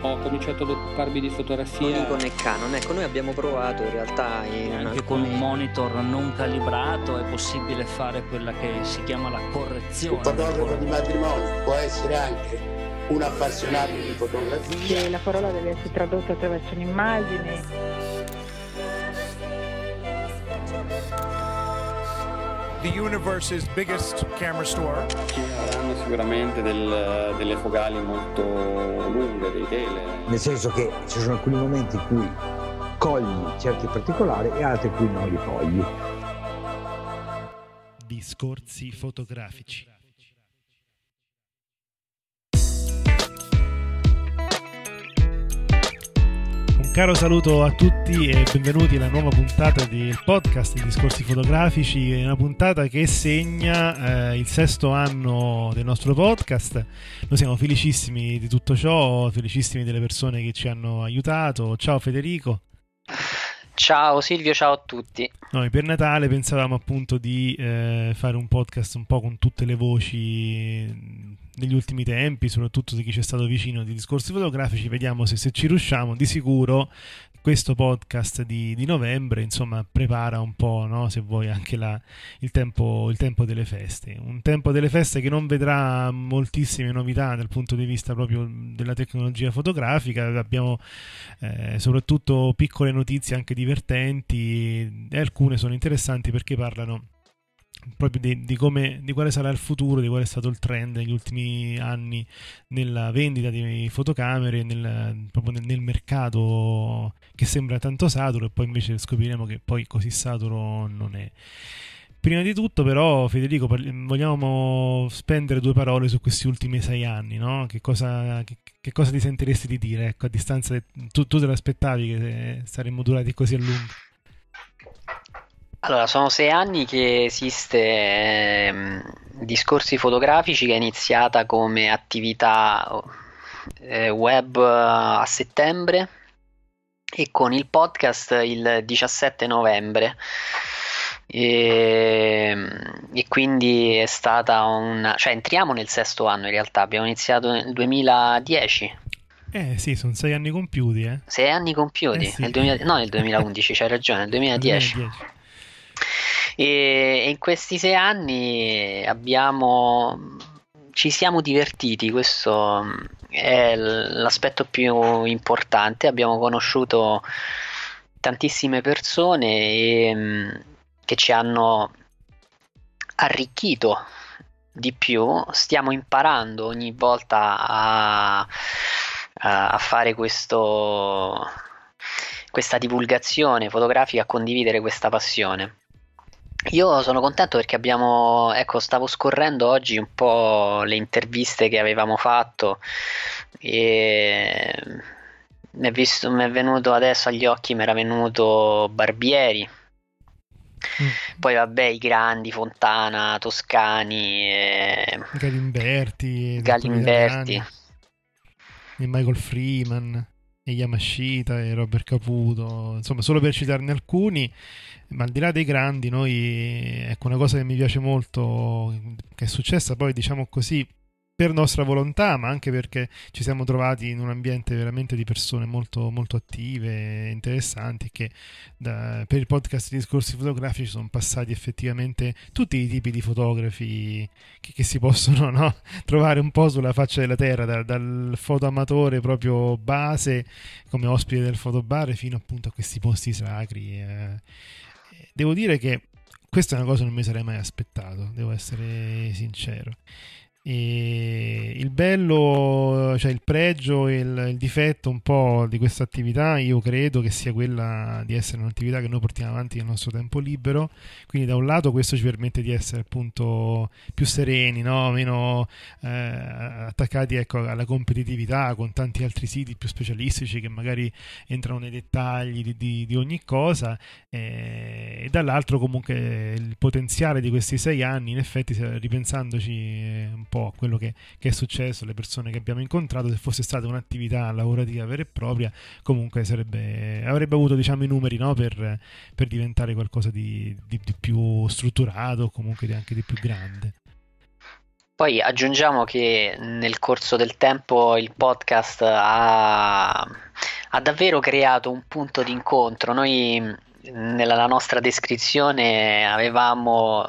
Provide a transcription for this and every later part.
Ho cominciato ad occuparmi di fotografia con Nikon e Canon. Ecco, noi abbiamo provato in realtà anche con un monitor non calibrato è possibile fare quella che si chiama la correzione. Un fotografo di matrimonio può essere anche un appassionato di fotografia. La parola deve essere tradotta attraverso un'immagine. The universe's biggest camera store. Ci avranno sicuramente delle focali molto lunghe, dei tele. Nel senso che ci sono alcuni momenti in cui cogli certi particolari e altri in cui non li cogli. Discorsi fotografici. Un caro saluto a tutti e benvenuti alla nuova puntata del podcast di Discorsi Fotografici, una puntata che segna il 6° anno del nostro podcast. Noi siamo felicissimi di tutto ciò, felicissimi delle persone che ci hanno aiutato. Ciao Federico. Ciao Silvio, ciao a tutti. Noi per Natale pensavamo appunto di fare un podcast un po' con tutte le voci negli ultimi tempi, soprattutto di chi ci è stato vicino di Discorsi Fotografici. Vediamo se ci riusciamo. Di sicuro questo podcast di novembre, insomma, prepara un po', no? Se vuoi, anche il tempo delle feste. Un tempo delle feste che non vedrà moltissime novità dal punto di vista proprio della tecnologia fotografica. Abbiamo soprattutto piccole notizie anche divertenti, e alcune sono interessanti perché parlano proprio di quale sarà il futuro, di quale è stato il trend negli ultimi anni nella vendita di fotocamere, proprio nel mercato che sembra tanto saturo, e poi invece scopriremo che poi così saturo non è. Prima di tutto però, Federico, vogliamo spendere 2 parole su questi ultimi 6 anni, no? Che cosa ti sentiresti di dire? Ecco, a distanza, tu te l'aspettavi che saremmo durati così a lungo? Allora, sono 6 anni che esiste Discorsi Fotografici, che è iniziata come attività web a settembre e con il podcast il 17 novembre. E quindi è stata cioè entriamo nel 6° anno in realtà, abbiamo iniziato nel 2010. Sì, sono 6 anni compiuti, 6 anni compiuti, sì. Nel 2011, c'hai ragione, nel 2010. E in questi 6 anni ci siamo divertiti, questo è l'aspetto più importante. Abbiamo conosciuto tantissime persone che ci hanno arricchito di più. Stiamo imparando ogni volta a fare questa divulgazione fotografica, a condividere questa passione. Io sono contento perché stavo scorrendo oggi un po' le interviste che avevamo fatto e mi è venuto adesso agli occhi, mi era venuto Barbieri, poi vabbè i grandi, Fontana, Toscani, Galimberti e Michael Freeman e Yamashita e Robert Caputo, insomma, solo per citarne alcuni. Ma al di là dei grandi, noi, ecco, una cosa che mi piace molto che è successa poi, diciamo così, per nostra volontà, ma anche perché ci siamo trovati in un ambiente veramente di persone molto, molto attive e interessanti, che per il podcast di Discorsi Fotografici sono passati effettivamente tutti i tipi di fotografi che si possono, no, trovare un po' sulla faccia della terra, dal fotoamatore proprio base come ospite del fotobar fino appunto a questi posti sacri. Devo dire che questa è una cosa che non mi sarei mai aspettato, devo essere sincero. E il bello, cioè il pregio e il difetto un po' di questa attività, io credo che sia quella di essere un'attività che noi portiamo avanti nel nostro tempo libero. Quindi da un lato questo ci permette di essere appunto più sereni, no? Meno attaccati, ecco, alla competitività con tanti altri siti più specialistici che magari entrano nei dettagli di ogni cosa, e dall'altro comunque il potenziale di questi 6 anni, in effetti, ripensandoci un po' a quello che è successo, le persone che abbiamo incontrato, se fosse stata un'attività lavorativa vera e propria, comunque avrebbe avuto, diciamo, i numeri, no, per diventare qualcosa di più strutturato, comunque anche di più grande. Poi aggiungiamo che nel corso del tempo il podcast ha davvero creato un punto di incontro. Noi nella nostra descrizione avevamo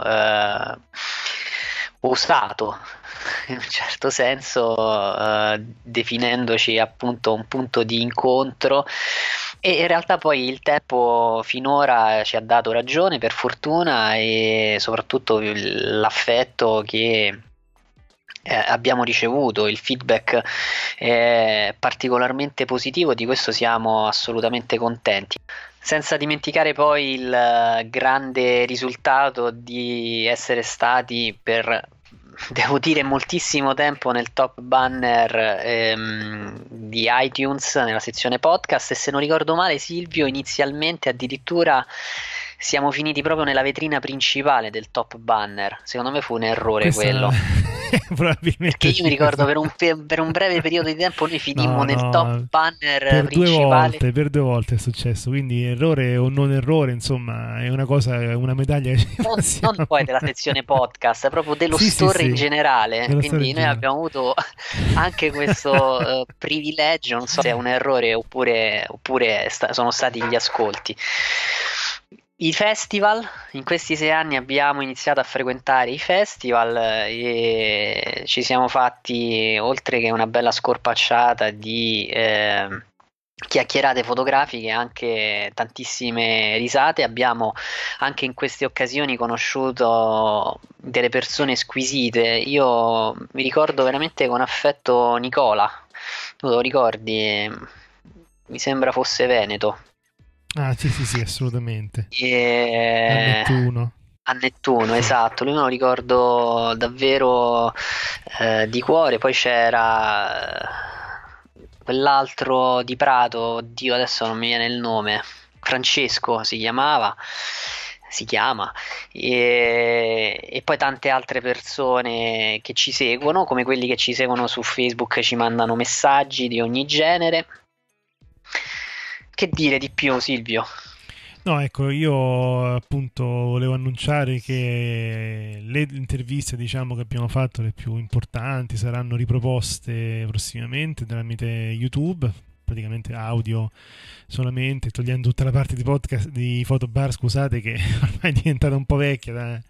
usato in un certo senso, definendoci appunto un punto di incontro, e in realtà poi il tempo finora ci ha dato ragione, per fortuna, e soprattutto l'affetto che abbiamo ricevuto, il feedback è particolarmente positivo, di questo siamo assolutamente contenti. Senza dimenticare poi il grande risultato di essere stati per, devo dire, moltissimo tempo nel top banner di iTunes nella sezione podcast, e se non ricordo male, Silvio, inizialmente addirittura siamo finiti proprio nella vetrina principale del top banner. Secondo me fu un errore quello. Probabilmente Perché io mi ricordo per un breve periodo di tempo noi finimmo nel top banner principale. Per 2 volte è successo, quindi errore o non errore, insomma, è una cosa, una medaglia che non poi della sezione podcast, proprio dello store in generale. Quindi noi abbiamo avuto anche questo privilegio, non so se è un errore oppure sono stati gli ascolti. I festival, in questi 6 anni abbiamo iniziato a frequentare i festival e ci siamo fatti, oltre che una bella scorpacciata di chiacchierate fotografiche, anche tantissime risate. Abbiamo anche in queste occasioni conosciuto delle persone squisite. Io mi ricordo veramente con affetto Nicola, tu lo ricordi? Mi sembra fosse veneto. Ah, sì, assolutamente. A Nettuno, esatto. Lui me lo ricordo davvero di cuore. Poi c'era quell'altro di Prato, oddio, adesso non mi viene il nome. Francesco si chiama, e poi tante altre persone che ci seguono, come quelli che ci seguono su Facebook, ci mandano messaggi di ogni genere. Che dire di più, Silvio? No, ecco, io appunto volevo annunciare che le interviste, diciamo, che abbiamo fatto, le più importanti, saranno riproposte prossimamente tramite YouTube, praticamente audio solamente, togliendo tutta la parte di podcast, di Fotobar, scusate, che ormai è diventata un po' vecchia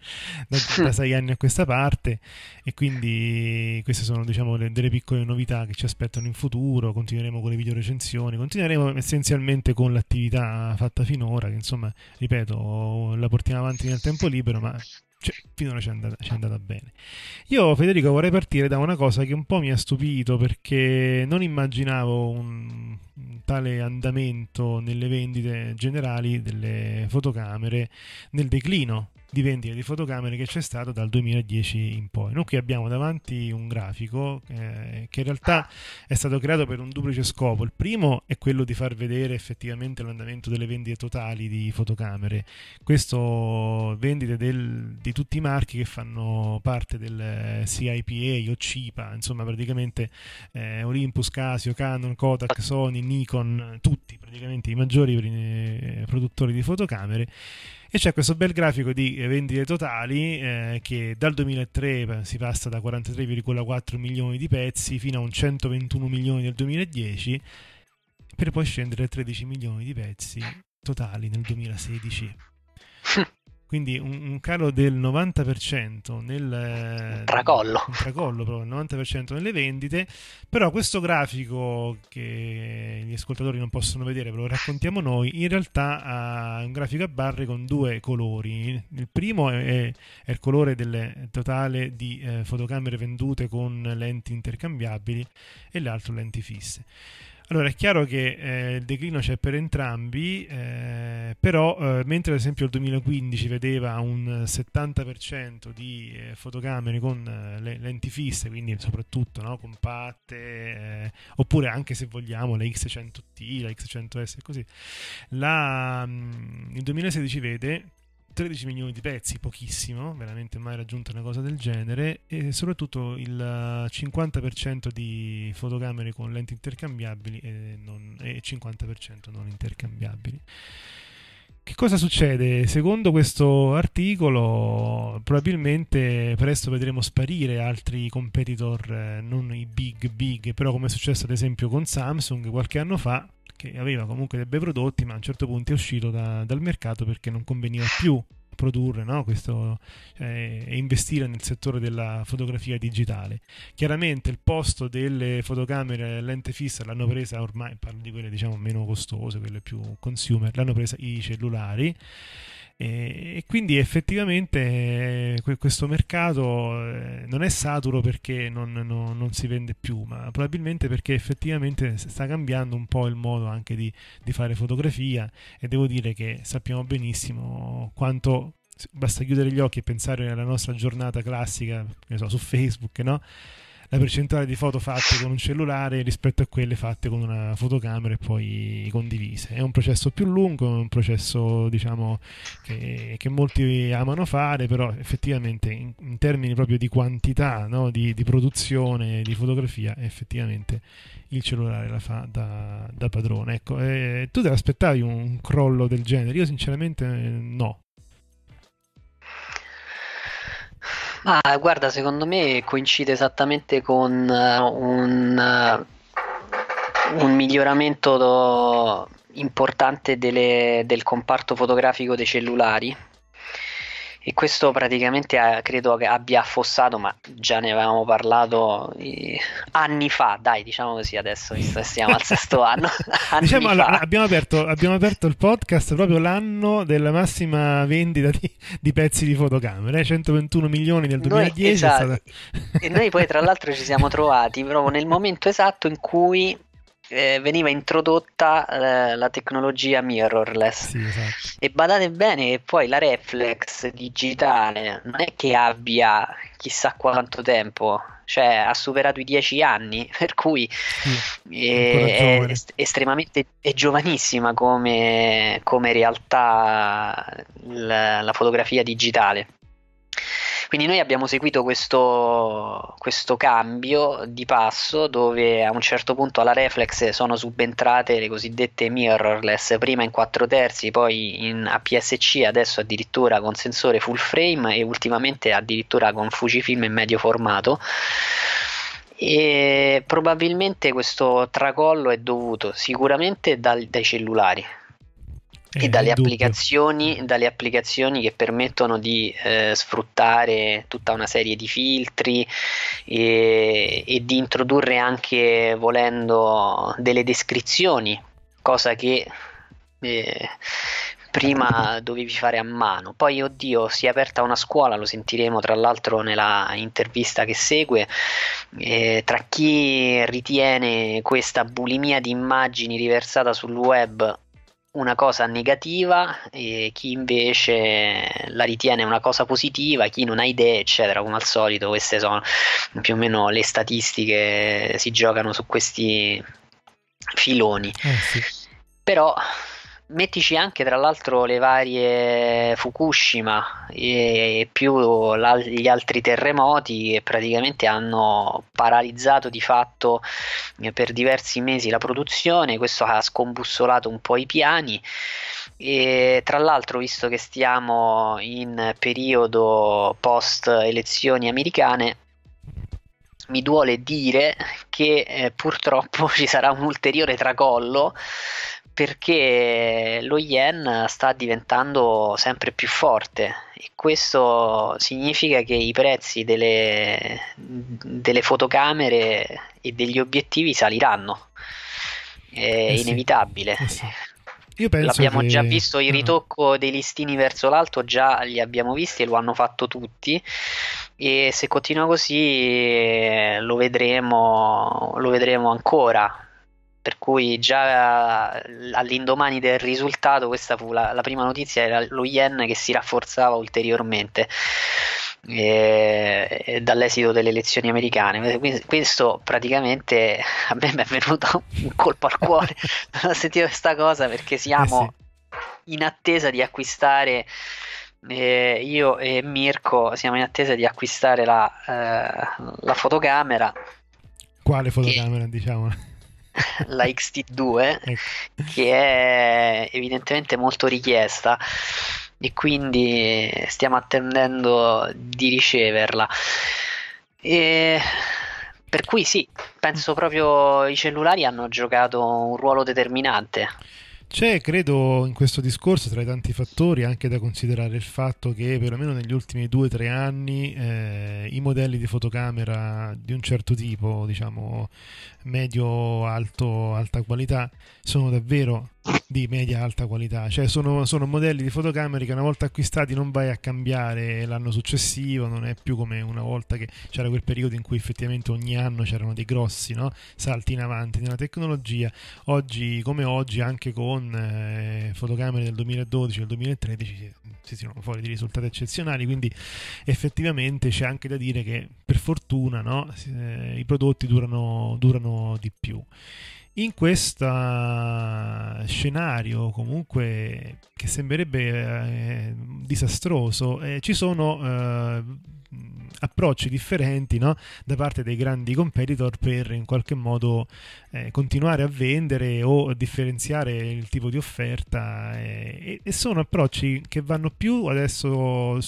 da 6 anni a questa parte, e quindi queste sono, diciamo, delle piccole novità che ci aspettano in futuro. Continueremo con le video recensioni, continueremo essenzialmente con l'attività fatta finora, che insomma, ripeto, la portiamo avanti nel tempo libero, ma finora ci è andata bene. Io, Federico, vorrei partire da una cosa che un po' mi ha stupito, perché non immaginavo un tale andamento nelle vendite generali delle fotocamere, nel declino di vendite di fotocamere che c'è stato dal 2010 in poi. Noi qui abbiamo davanti un grafico che in realtà è stato creato per un duplice scopo. Il primo è quello di far vedere effettivamente l'andamento delle vendite totali di fotocamere. Questo vendite di tutti i marchi che fanno parte del CIPA o CIPA, insomma praticamente Olympus, Casio, Canon, Kodak, Sony, Nikon, tutti praticamente i maggiori produttori di fotocamere. E c'è questo bel grafico di vendite totali che dal 2003 si passa da 43,4 milioni di pezzi fino a un 121 milioni nel 2010, per poi scendere a 13 milioni di pezzi totali nel 2016. Quindi un calo del 90% nel tracollo. Un tracollo proprio, il 90% nelle vendite. Però questo grafico, che gli ascoltatori non possono vedere, ve lo raccontiamo noi, in realtà ha un grafico a barre con 2 colori. Il primo è il colore del totale di fotocamere vendute con lenti intercambiabili, e l'altro lenti fisse. Allora, è chiaro che il declino c'è per entrambi, però mentre ad esempio il 2015 vedeva un 70% di fotocamere con le lenti fisse, quindi soprattutto, no, compatte, oppure anche, se vogliamo, le X100T, la X100S e così, il 2016 vede 13 milioni di pezzi, pochissimo, veramente mai raggiunta una cosa del genere, e soprattutto il 50% di fotocamere con lenti intercambiabili e 50% non intercambiabili. Che cosa succede? Secondo questo articolo, probabilmente presto vedremo sparire altri competitor, non i big, però come è successo ad esempio con Samsung qualche anno fa, che aveva comunque dei bei prodotti, ma a un certo punto è uscito dal mercato perché non conveniva più produrre, no? Questo, e investire nel settore della fotografia digitale. Chiaramente il posto delle fotocamere lente fissa l'hanno presa, ormai parlo di quelle diciamo meno costose, quelle più consumer, l'hanno presa i cellulari, e quindi effettivamente questo mercato non è saturo perché non si vende più, ma probabilmente perché effettivamente sta cambiando un po' il modo anche di fare fotografia, e devo dire che sappiamo benissimo quanto basta chiudere gli occhi e pensare alla nostra giornata classica, ne so, su Facebook, no? La percentuale di foto fatte con un cellulare rispetto a quelle fatte con una fotocamera e poi condivise. È un processo più lungo, è un processo diciamo che molti amano fare, però effettivamente in termini proprio di quantità, no? di produzione di fotografia, effettivamente il cellulare la fa da padrone. Ecco, tu te l'aspettavi un crollo del genere? Io sinceramente no. Guarda, secondo me coincide esattamente con un miglioramento importante del comparto fotografico dei cellulari, e questo praticamente credo che abbia affossato, ma già ne avevamo parlato anni fa, dai, diciamo così, adesso stiamo al sesto anno. Diciamo, allora, abbiamo aperto il podcast proprio l'anno della massima vendita di pezzi di fotocamere, 121 milioni nel 2010. Esatto. E noi poi tra l'altro ci siamo trovati proprio nel momento esatto in cui veniva introdotta la tecnologia mirrorless. Sì, esatto. E badate bene che poi la reflex digitale non è che abbia chissà quanto tempo, cioè ha superato i 10 anni, per cui è estremamente giovanissima come realtà la fotografia digitale. Quindi noi abbiamo seguito questo cambio di passo, dove a un certo punto alla reflex sono subentrate le cosiddette mirrorless, prima in 4/3, poi in APS-C, adesso addirittura con sensore full frame e ultimamente addirittura con Fujifilm in medio formato. E probabilmente questo tracollo è dovuto sicuramente dai cellulari e dalle applicazioni che permettono di sfruttare tutta una serie di filtri e di introdurre anche, volendo, delle descrizioni, cosa che prima dovevi fare a mano. Poi si è aperta una scuola, lo sentiremo tra l'altro nella intervista che segue, tra chi ritiene questa bulimia di immagini riversata sul web una cosa negativa e chi invece la ritiene una cosa positiva, chi non ha idee, eccetera. Come al solito queste sono più o meno le statistiche, si giocano su questi filoni. Sì. Però mettici anche tra l'altro le varie Fukushima e più gli altri terremoti che praticamente hanno paralizzato di fatto per diversi mesi la produzione. Questo ha scombussolato un po' i piani, e tra l'altro, visto che stiamo in periodo post elezioni americane, mi duole dire che purtroppo ci sarà un ulteriore tracollo, perché lo yen sta diventando sempre più forte, e questo significa che i prezzi delle fotocamere e degli obiettivi saliranno. È inevitabile. Sì. Io penso l'abbiamo che... già visto, il ritocco dei listini verso l'alto già li abbiamo visti e lo hanno fatto tutti, e se continua così lo vedremo ancora. Per cui già all'indomani del risultato, questa fu la prima notizia, era lo yen che si rafforzava ulteriormente dall'esito delle elezioni americane. Questo praticamente a me mi è venuto un colpo al cuore ho sentito questa cosa, perché siamo in attesa di acquistare, io e Mirko siamo in attesa di acquistare la fotocamera. Quale fotocamera, diciamo? la XT2, Ecco. che è evidentemente molto richiesta e quindi stiamo attendendo di riceverla. E per cui sì, penso proprio i cellulari hanno giocato un ruolo determinante. C'è, credo, in questo discorso, tra i tanti fattori, anche da considerare il fatto che perlomeno negli ultimi 2 o 3 anni i modelli di fotocamera di un certo tipo, diciamo medio, alto, alta qualità, sono davvero di media alta qualità, cioè sono modelli di fotocamere che una volta acquistati non vai a cambiare l'anno successivo, non è più come una volta che c'era quel periodo in cui effettivamente ogni anno c'erano dei grossi, no, salti in avanti nella tecnologia. Oggi come oggi, anche con fotocamere del 2012 e del 2013 si tirano fuori dei risultati eccezionali, quindi effettivamente c'è anche da dire che per fortuna, no, i prodotti durano di più. In questo scenario comunque che sembrerebbe disastroso, ci sono approcci differenti, no, da parte dei grandi competitor per in qualche modo continuare a vendere o differenziare il tipo di offerta, e sono approcci che vanno più adesso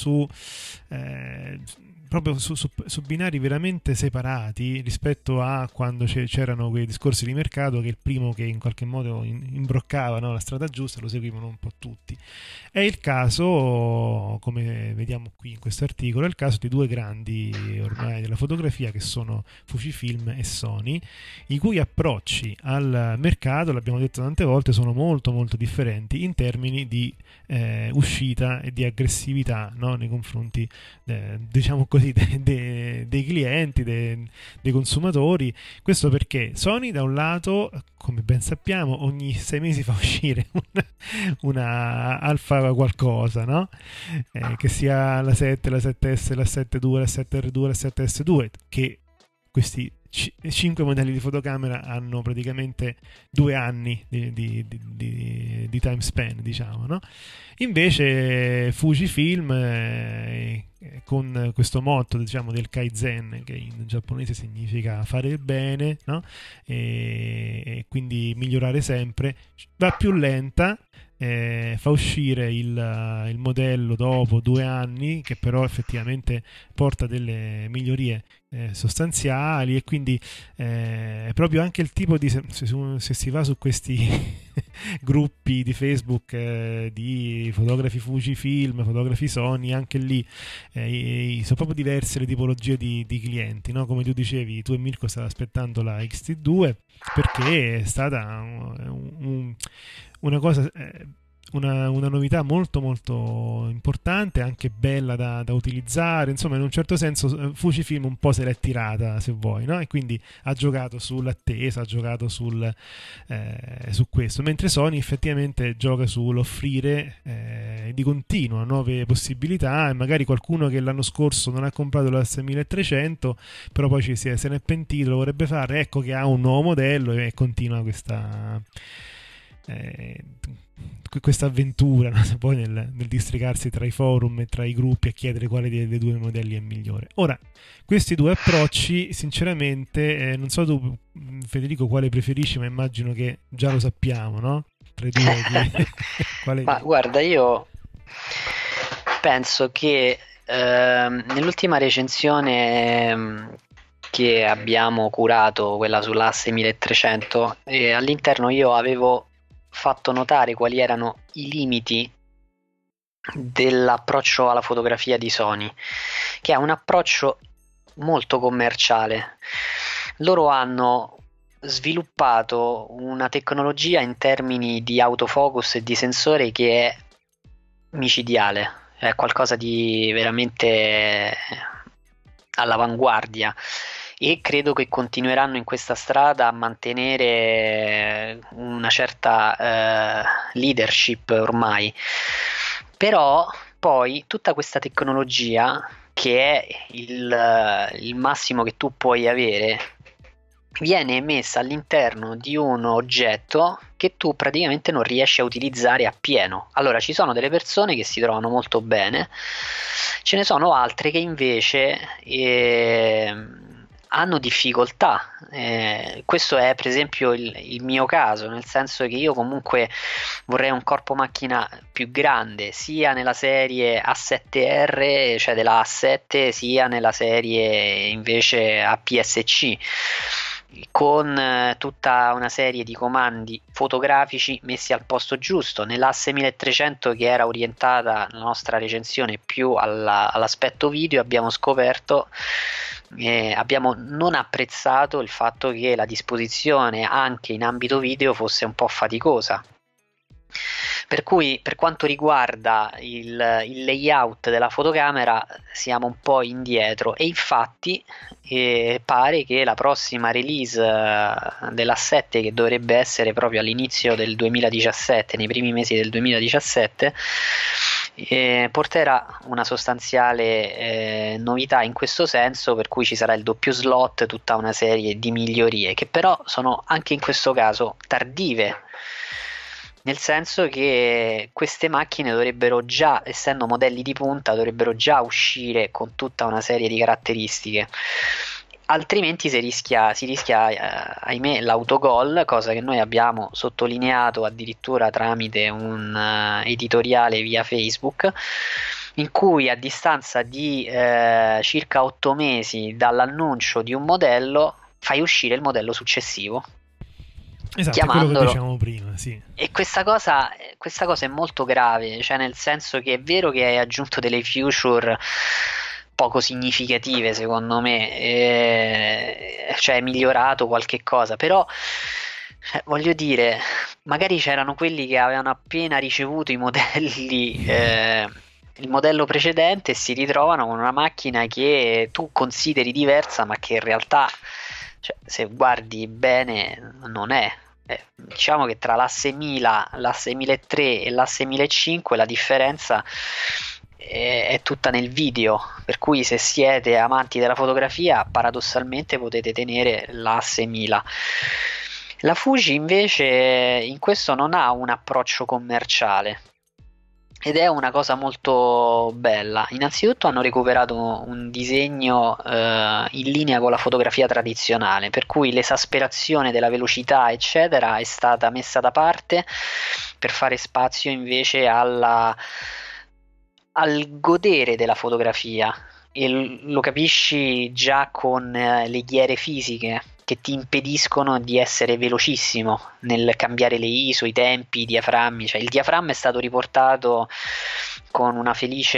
proprio su binari veramente separati rispetto a quando c'erano quei discorsi di mercato che il primo che in qualche modo imbroccava, no, la strada giusta lo seguivano un po' tutti. È il caso, come vediamo qui in questo articolo, è il caso di 2 grandi ormai della fotografia che sono Fujifilm e Sony, i cui approcci al mercato, l'abbiamo detto tante volte, sono molto molto differenti in termini di uscita e di aggressività, no, nei confronti diciamo così dei clienti, dei consumatori. Questo perché Sony da un lato, come ben sappiamo, ogni 6 mesi fa uscire una alfa qualcosa, no? Che sia la 7, la 7S, la 7.2, la 7R2, la 7S2, che questi 5 modelli di fotocamera hanno praticamente 2 anni di time span, diciamo, no? Invece Fujifilm con questo motto, diciamo, del Kaizen, che in giapponese significa fare bene, no? E quindi migliorare sempre, va più lenta. Fa uscire il modello dopo 2 anni, che però effettivamente porta delle migliorie sostanziali, e quindi proprio anche il tipo di se si va su questi gruppi di Facebook di fotografi Fujifilm, fotografi Sony, anche lì sono proprio diverse le tipologie di clienti, no? Come tu dicevi, tu e Mirko state aspettando la XT2 perché è stata una cosa, una novità molto molto importante, anche bella da utilizzare. Insomma, in un certo senso Fujifilm un po' se l'è tirata, se vuoi, no? E quindi ha giocato sull'attesa, ha giocato su questo, mentre Sony effettivamente gioca sull'offrire di continuo nuove possibilità, e magari qualcuno che l'anno scorso non ha comprato la S1300 però poi se ne è pentito, lo vorrebbe fare, ecco che ha un nuovo modello e continua questa avventura, no? Poi nel districarsi tra i forum e tra i gruppi a chiedere quale dei 2 modelli è migliore. Ora, questi 2 approcci sinceramente non so tu, Federico, quale preferisci, ma immagino che già lo sappiamo, no? Tra i 2 quale... Ma guarda, io penso che nell'ultima recensione che abbiamo curato, quella sull'Asse 1300, all'interno io avevo fatto notare quali erano i limiti dell'approccio alla fotografia di Sony, che è un approccio molto commerciale. Loro hanno sviluppato una tecnologia in termini di autofocus e di sensore che è micidiale, è qualcosa di veramente all'avanguardia, e credo che continueranno in questa strada a mantenere una certa leadership ormai. Però poi tutta questa tecnologia, che è il massimo che tu puoi avere, viene messa all'interno di un oggetto che tu praticamente non riesci a utilizzare appieno. Allora, ci sono delle persone che si trovano molto bene, ce ne sono altre che invece hanno difficoltà. Questo è per esempio il mio caso, nel senso che io comunque vorrei un corpo macchina più grande, sia nella serie A7R, cioè della A7, sia nella serie invece APS-C, con tutta una serie di comandi fotografici messi al posto giusto. Nell'Asse 1300, che era orientata la nostra recensione più all'aspetto video, abbiamo scoperto, abbiamo non apprezzato il fatto che la disposizione anche in ambito video fosse un po' faticosa. Per cui, per quanto riguarda il layout della fotocamera, siamo un po' indietro, e infatti pare che la prossima release dell'A7, che dovrebbe essere proprio all'inizio del 2017, nei primi mesi del 2017, porterà una sostanziale novità in questo senso, per cui ci sarà il doppio slot, tutta una serie di migliorie che però sono anche in questo caso tardive, nel senso che queste macchine dovrebbero già, essendo modelli di punta, dovrebbero già uscire con tutta una serie di caratteristiche, altrimenti si rischia ahimè l'autogol, cosa che noi abbiamo sottolineato addirittura tramite un editoriale via Facebook, in cui a distanza di circa 8 mesi dall'annuncio di un modello fai uscire il modello successivo. Esatto, è quello che dicevamo prima, sì. E questa cosa è molto grave, cioè nel senso che è vero che hai aggiunto delle feature poco significative secondo me, cioè hai migliorato qualche cosa, però voglio dire, magari c'erano quelli che avevano appena ricevuto i modelli, il modello precedente, e si ritrovano con una macchina che tu consideri diversa ma che in realtà, cioè, se guardi bene non è. Diciamo che tra l'Asse 1000, l'Asse 1003 e l'Asse 1005 la differenza è tutta nel video, per cui se siete amanti della fotografia paradossalmente potete tenere l'Asse 1000. La Fuji invece in questo non ha un approccio commerciale, ed è una cosa molto bella. Innanzitutto hanno recuperato un disegno in linea con la fotografia tradizionale, per cui l'esasperazione della velocità eccetera è stata messa da parte per fare spazio invece al godere della fotografia, e lo capisci già con le ghiere fisiche che ti impediscono di essere velocissimo nel cambiare le ISO, i tempi, i diaframmi. Cioè il diaframma è stato riportato con una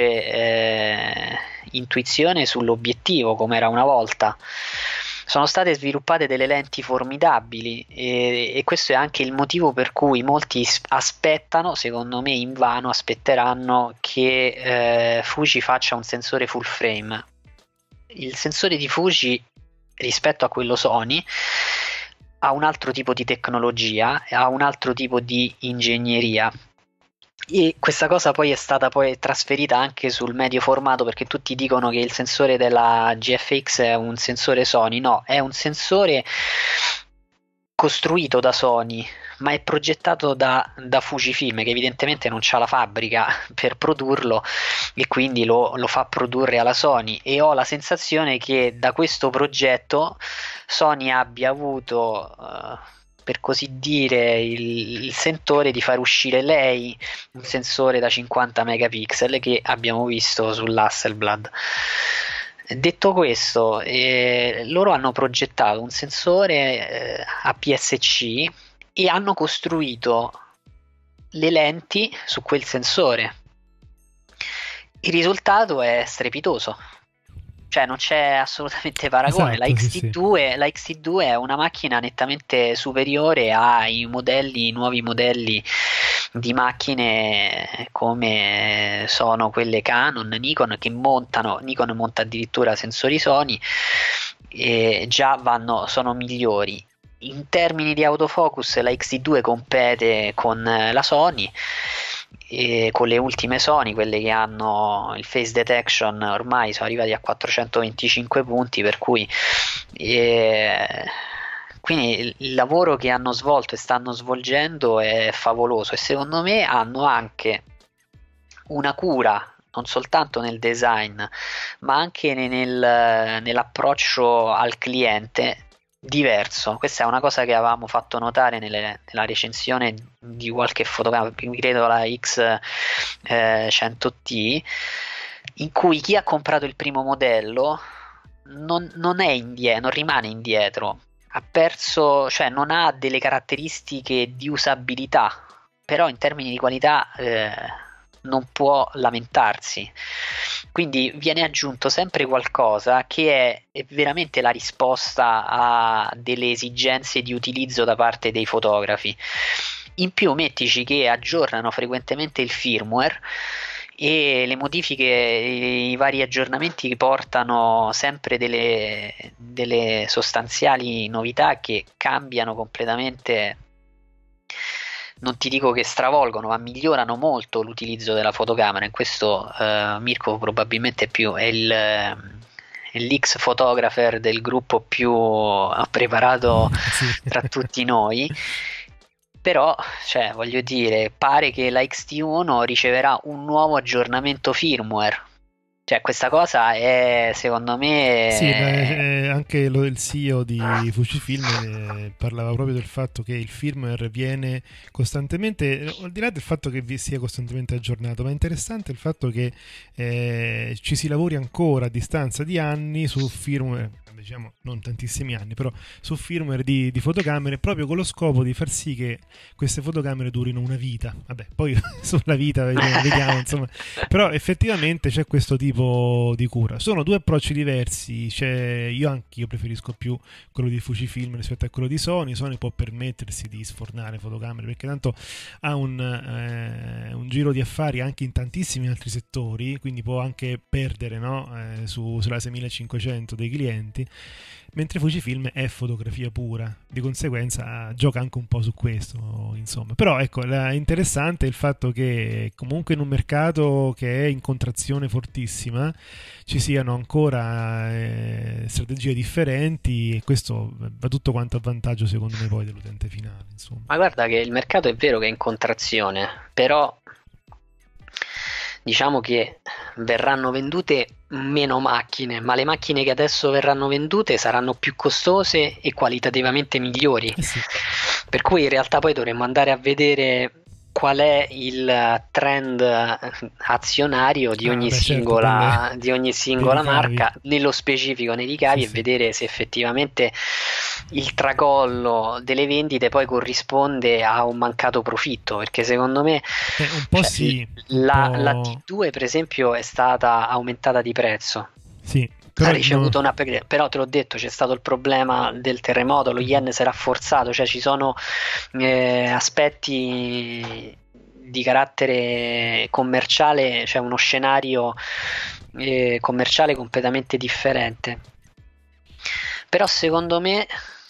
felice intuizione sull'obiettivo, come era una volta. Sono state sviluppate delle lenti formidabili, e questo è anche il motivo per cui molti aspettano, secondo me invano, aspetteranno che Fuji faccia un sensore full frame. Il sensore di Fuji rispetto a quello Sony ha un altro tipo di tecnologia, ha un altro tipo di ingegneria, e questa cosa poi è stata trasferita anche sul medio formato, perché tutti dicono che il sensore della GFX è un sensore Sony. No, è un sensore costruito da Sony, ma è progettato da Fujifilm, che evidentemente non c'ha la fabbrica per produrlo, e quindi lo fa produrre alla Sony, e ho la sensazione che da questo progetto Sony abbia avuto per così dire il sentore di far uscire lei un sensore da 50 megapixel che abbiamo visto sull'Hasselblad. Detto questo, loro hanno progettato un sensore APS-C e hanno costruito le lenti su quel sensore. Il risultato è strepitoso, cioè non c'è assolutamente paragone. Esatto, la XT2 è una macchina nettamente superiore ai nuovi modelli di macchine come sono quelle Canon, Nikon, che Nikon monta addirittura sensori Sony, e già sono migliori. In termini di autofocus la XT2 compete con la Sony, e con le ultime Sony, quelle che hanno il face detection, ormai sono arrivati a 425 punti, per cui quindi il lavoro che hanno svolto e stanno svolgendo è favoloso, e secondo me hanno anche una cura non soltanto nel design, ma anche nell'approccio al cliente diverso. Questa è una cosa che avevamo fatto notare nella recensione di qualche fotocamera, credo la X100T, in cui chi ha comprato il primo modello non è indietro, non rimane indietro, ha perso, cioè non ha delle caratteristiche di usabilità, però in termini di qualità non può lamentarsi. Quindi viene aggiunto sempre qualcosa che è veramente la risposta a delle esigenze di utilizzo da parte dei fotografi. In più mettici che aggiornano frequentemente il firmware, e le modifiche, i vari aggiornamenti portano sempre delle sostanziali novità che cambiano completamente, non ti dico che stravolgono, ma migliorano molto l'utilizzo della fotocamera. In questo Mirko probabilmente è l'X photographer del gruppo più preparato tra tutti noi. Però, cioè, voglio dire, pare che la X-T1 riceverà un nuovo aggiornamento firmware. Cioè, questa cosa è, secondo me... Sì, anche il CEO di Fujifilm parlava proprio del fatto che il firmware viene costantemente, al di là del fatto che sia costantemente aggiornato, ma è interessante il fatto che ci si lavori ancora a distanza di anni su firmware, diciamo non tantissimi anni, però su firmware di fotocamere, proprio con lo scopo di far sì che queste fotocamere durino una vita. Vabbè, poi sulla vita vediamo, insomma. Però effettivamente c'è questo tipo di cura. Sono due approcci diversi, io preferisco più quello di Fujifilm rispetto a quello di Sony. Sony può permettersi di sfornare fotocamere perché tanto ha un giro di affari anche in tantissimi altri settori, quindi può anche perdere, no? Sulla 6500 dei clienti, mentre Fujifilm è fotografia pura, di conseguenza gioca anche un po' su questo, insomma. Però ecco, interessante il fatto che comunque in un mercato che è in contrazione fortissima ci siano ancora strategie differenti, e questo va tutto quanto a vantaggio, secondo me, poi dell'utente finale, insomma. Ma guarda che il mercato è vero che è in contrazione, però diciamo che verranno vendute meno macchine, ma le macchine che adesso verranno vendute saranno più costose e qualitativamente migliori. Sì. Per cui in realtà poi dovremmo andare a vedere qual è il trend azionario di ogni singola marca, nello specifico nei ricavi, e vedere se effettivamente il tracollo delle vendite poi corrisponde a un mancato profitto, perché secondo me un po' la T2 per esempio è stata aumentata di prezzo. Sì. Ha ricevuto una, però te l'ho detto, c'è stato il problema del terremoto, lo yen si è rafforzato, cioè ci sono aspetti di carattere commerciale, cioè uno scenario commerciale completamente differente. Però secondo me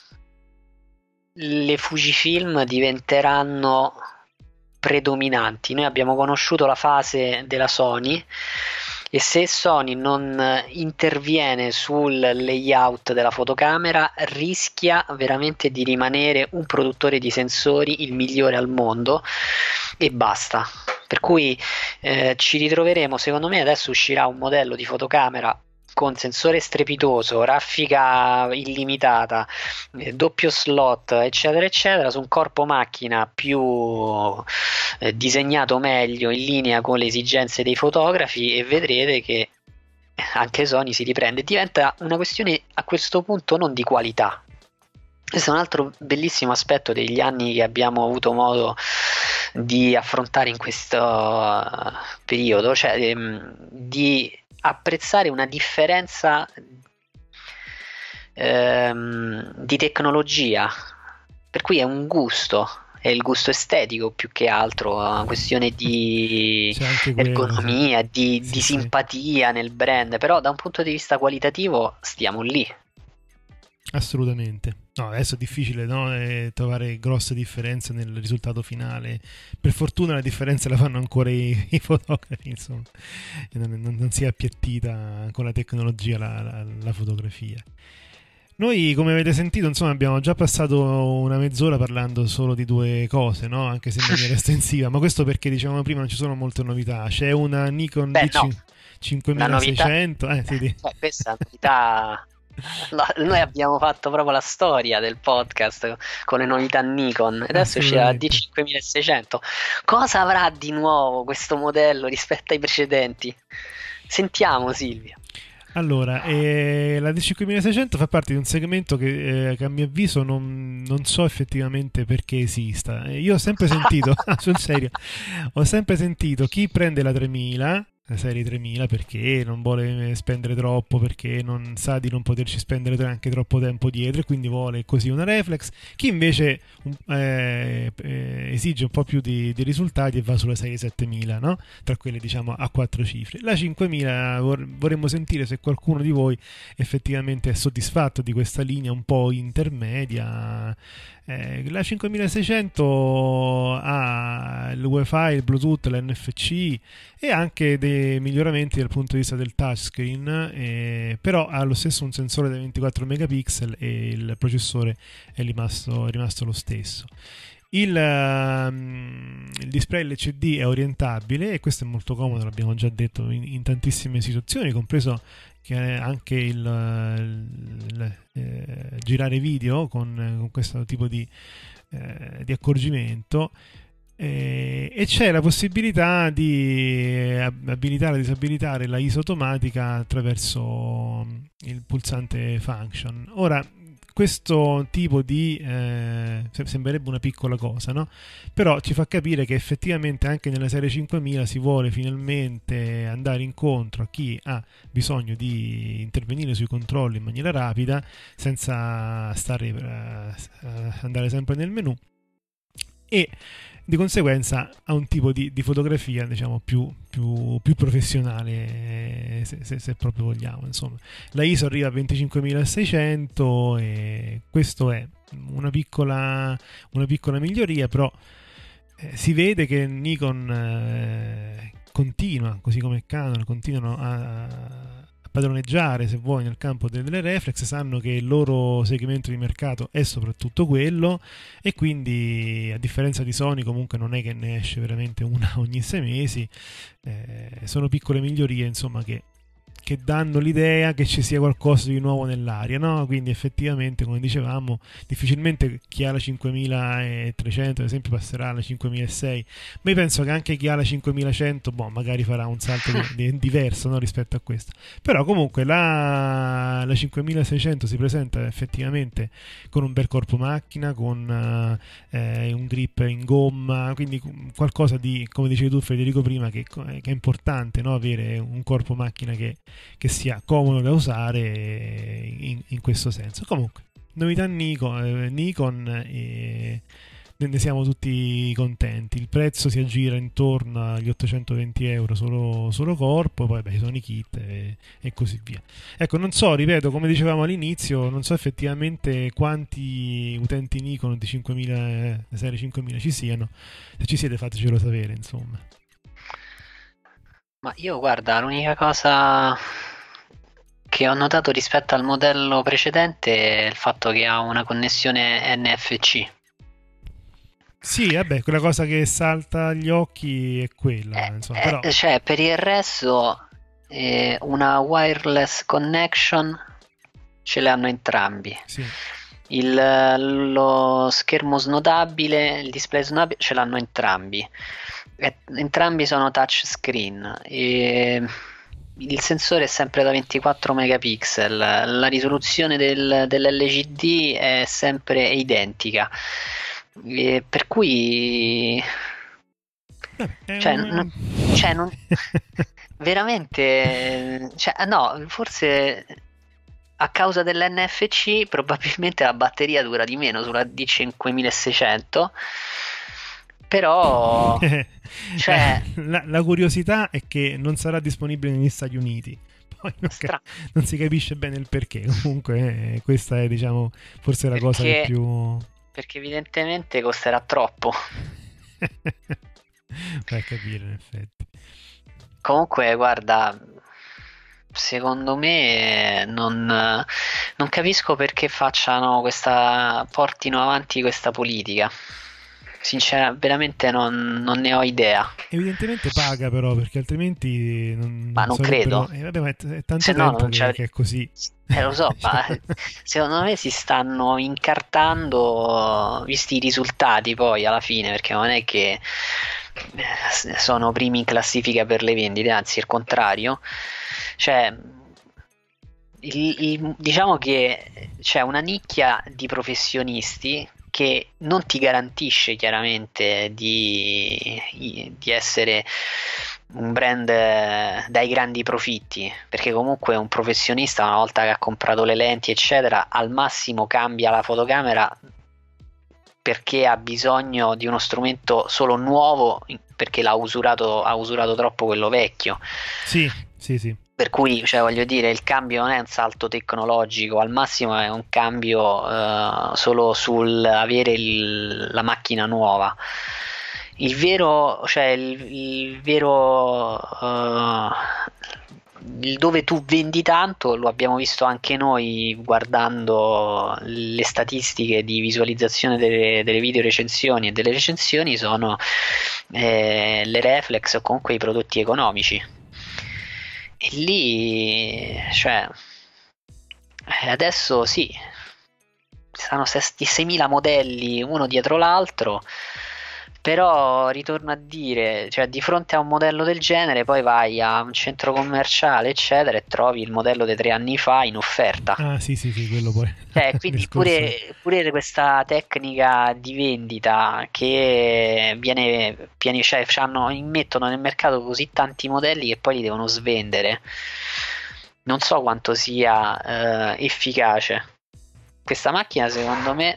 le Fujifilm diventeranno predominanti. Noi abbiamo conosciuto la fase della Sony, e se Sony non interviene sul layout della fotocamera rischia veramente di rimanere un produttore di sensori il migliore al mondo e basta. Per cui ci ritroveremo, secondo me adesso uscirà un modello di fotocamera con sensore strepitoso, raffica illimitata, doppio slot, eccetera eccetera, su un corpo macchina più disegnato meglio, in linea con le esigenze dei fotografi, e vedrete che anche Sony si riprende. Diventa una questione a questo punto non di qualità. Questo è un altro bellissimo aspetto degli anni che abbiamo avuto modo di affrontare in questo periodo, cioè di apprezzare una differenza di tecnologia, per cui è un gusto, è il gusto estetico più che altro, una questione di ergonomia, di simpatia nel brand, però da un punto di vista qualitativo stiamo lì. Assolutamente. No, adesso è difficile, no? Trovare grosse differenze nel risultato finale. Per fortuna la differenza la fanno ancora i fotografi, insomma. Non si è appiattita con la tecnologia la fotografia. Noi, come avete sentito, insomma, abbiamo già passato una mezz'ora parlando solo di due cose, no? Anche se in maniera estensiva, ma questo perché, dicevamo prima, non ci sono molte novità. C'è una Nikon No. 5600, Questa novità. No, noi abbiamo fatto proprio la storia del podcast con le novità Nikon. Adesso c'è la D5600. Cosa avrà di nuovo questo modello rispetto ai precedenti? Sentiamo, Silvia. Allora, la D5600 fa parte di un segmento che a mio avviso non so effettivamente perché esista. Io ho sempre sentito, sul serio, ho sempre sentito chi prende la 3000, la serie 3000, perché non vuole spendere troppo, perché non sa di non poterci spendere anche troppo tempo dietro e quindi vuole così una reflex. Chi invece esige un po' più di risultati e va sulla serie 7000, no? Tra quelle diciamo a 4 cifre. La 5000 vorremmo sentire se qualcuno di voi effettivamente è soddisfatto di questa linea un po' intermedia. La 5600 ha il Wi-Fi, il Bluetooth, l'NFC e anche dei miglioramenti dal punto di vista del touchscreen, però ha lo stesso un sensore da 24 megapixel e il processore è rimasto lo stesso. Il display LCD è orientabile e questo è molto comodo, l'abbiamo già detto in tantissime situazioni, compreso che anche il girare video con questo tipo di accorgimento, e c'è la possibilità di abilitare o disabilitare la ISO automatica attraverso il pulsante function. Ora, questo tipo di sembrerebbe una piccola cosa, no? Però ci fa capire che effettivamente anche nella serie 5000 si vuole finalmente andare incontro a chi ha bisogno di intervenire sui controlli in maniera rapida senza andare sempre nel menu, e di conseguenza ha un tipo di fotografia diciamo più professionale, se proprio vogliamo, insomma. La ISO arriva a 25600 e questo è una piccola miglioria, però si vede che Nikon continua, così come Canon, continuano a padroneggiare, se vuoi, nel campo delle reflex. Sanno che il loro segmento di mercato è soprattutto quello e quindi, a differenza di Sony, comunque non è che ne esce veramente una ogni 6 mesi. Sono piccole migliorie, insomma, che danno l'idea che ci sia qualcosa di nuovo nell'aria, no? Quindi effettivamente, come dicevamo, difficilmente chi ha la 5300 ad esempio passerà alla 5600, ma io penso che anche chi ha la 5100 magari farà un salto diverso, no? Rispetto a questo. Però comunque la 5600 si presenta effettivamente con un bel corpo macchina, con un grip in gomma, quindi qualcosa di, come dicevi tu Federico prima, che è importante, no? Avere un corpo macchina che sia comodo da usare in questo senso. Comunque, novità Nikon, e ne siamo tutti contenti. Il prezzo si aggira intorno agli 820 euro solo corpo, poi ci sono i kit e così via. Ecco, non so, ripeto, come dicevamo all'inizio, non so effettivamente quanti utenti Nikon di 5000, serie 5000 ci siano. Se ci siete, fatecelo sapere, insomma. Ma io, guarda, l'unica cosa che ho notato rispetto al modello precedente è il fatto che ha una connessione NFC. Sì, vabbè, quella cosa che salta agli occhi è quella, insomma, però... Cioè, per il resto una wireless connection ce le hanno entrambi. Sì. Lo schermo snodabile, il display snodabile ce l'hanno entrambi. Entrambi sono touchscreen e il sensore è sempre da 24 megapixel, la risoluzione dell'LCD è sempre identica, per cui veramente, no, forse a causa dell'NFC probabilmente la batteria dura di meno sulla D5600, però la curiosità è che non sarà disponibile negli Stati Uniti, poi non si capisce bene il perché. Comunque questa è, diciamo, forse la cosa che più, perché evidentemente costerà troppo. vai a capire, in effetti. Comunque, guarda, secondo me non capisco perché portino avanti questa politica. Sinceramente, veramente non ne ho idea. Evidentemente paga però, perché altrimenti Ma non credo. Vabbè, ma è tanto Se no tempo non c'è. che è così. Lo so, ma secondo me si stanno incartando, visti i risultati poi alla fine, perché non è che sono primi in classifica per le vendite, anzi il contrario. Cioè, diciamo che c'è una nicchia di professionisti che non ti garantisce chiaramente di essere un brand dai grandi profitti, perché comunque un professionista, una volta che ha comprato le lenti eccetera, al massimo cambia la fotocamera perché ha bisogno di uno strumento solo nuovo, perché ha usurato troppo quello vecchio. Sì. Per cui, cioè, voglio dire, il cambio non è un salto tecnologico, al massimo è un cambio solo sul avere la macchina nuova. Il vero dove tu vendi tanto, lo abbiamo visto anche noi guardando le statistiche di visualizzazione delle video recensioni e delle recensioni, sono le reflex o comunque i prodotti economici. E lì, cioè, adesso sì, stanno 6.000 modelli uno dietro l'altro, però ritorno a dire, cioè, di fronte a un modello del genere poi vai a un centro commerciale eccetera e trovi il modello di 3 anni fa in offerta. Ah sì, quello poi. Quindi pure questa tecnica di vendita che cioè, immettono nel mercato così tanti modelli che poi li devono svendere. Non so quanto sia efficace. Questa macchina secondo me,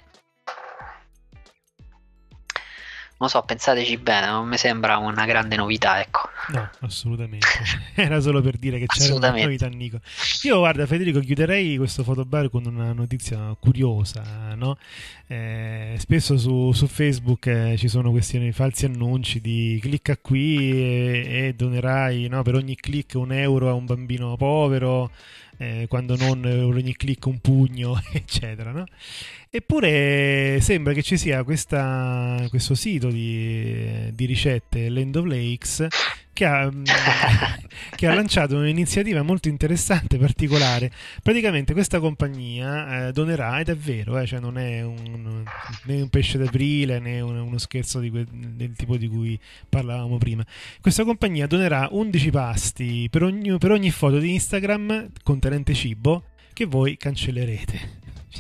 non so, pensateci bene, non mi sembra una grande novità, ecco. No, assolutamente. Era solo per dire che c'era una novità, Nico. Io, guarda, Federico, chiuderei questo fotobar con una notizia curiosa, no? Spesso su Facebook ci sono questi falsi annunci di clicca qui e donerai, no, per ogni click €1 a un bambino povero, quando non per ogni click un pugno, eccetera, no? Eppure sembra che ci sia questo sito di ricette, Land of Lakes, che ha lanciato un'iniziativa molto interessante, particolare. Praticamente questa compagnia donerà, ed è vero, cioè non è né un pesce d'aprile né uno scherzo del tipo di cui parlavamo prima. Questa compagnia donerà 11 pasti per ogni foto di Instagram contenente cibo che voi cancellerete.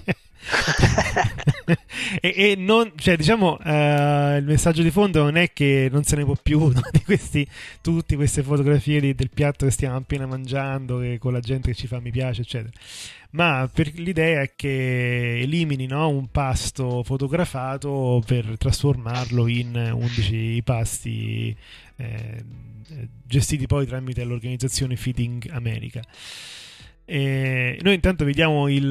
e non, cioè, diciamo, il messaggio di fondo non è che non se ne può più, no, di tutte queste fotografie del piatto che stiamo appena mangiando, con la gente che ci fa mi piace eccetera, ma l'idea è che elimini, no, un pasto fotografato per trasformarlo in 11 pasti gestiti poi tramite l'organizzazione Feeding America. Noi intanto vediamo il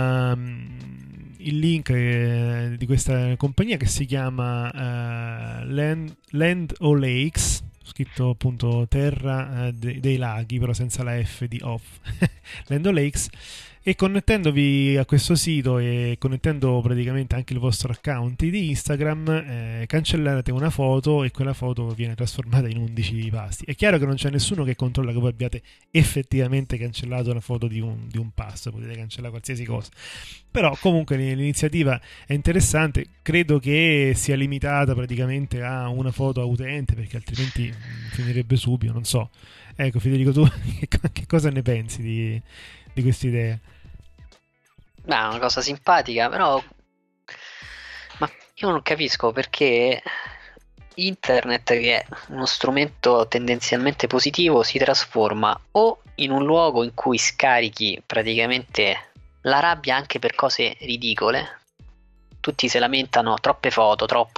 link di questa compagnia che si chiama Land o Lakes, scritto appunto terra dei laghi, però senza la F di off. Land o Lakes. E connettendovi a questo sito e connettendo praticamente anche il vostro account di Instagram, cancellate una foto e quella foto viene trasformata in 11 pasti. È chiaro che non c'è nessuno che controlla che voi abbiate effettivamente cancellato una foto di un pasto, potete cancellare qualsiasi cosa. Però comunque l'iniziativa è interessante, credo che sia limitata praticamente a una foto a utente, perché altrimenti finirebbe subito, non so. Ecco, Federico, tu che cosa ne pensi di questa idea? Beh, è una cosa simpatica, però ma io non capisco perché internet, che è uno strumento tendenzialmente positivo, si trasforma o in un luogo in cui scarichi praticamente la rabbia anche per cose ridicole. Tutti si lamentano, troppe foto, troppo,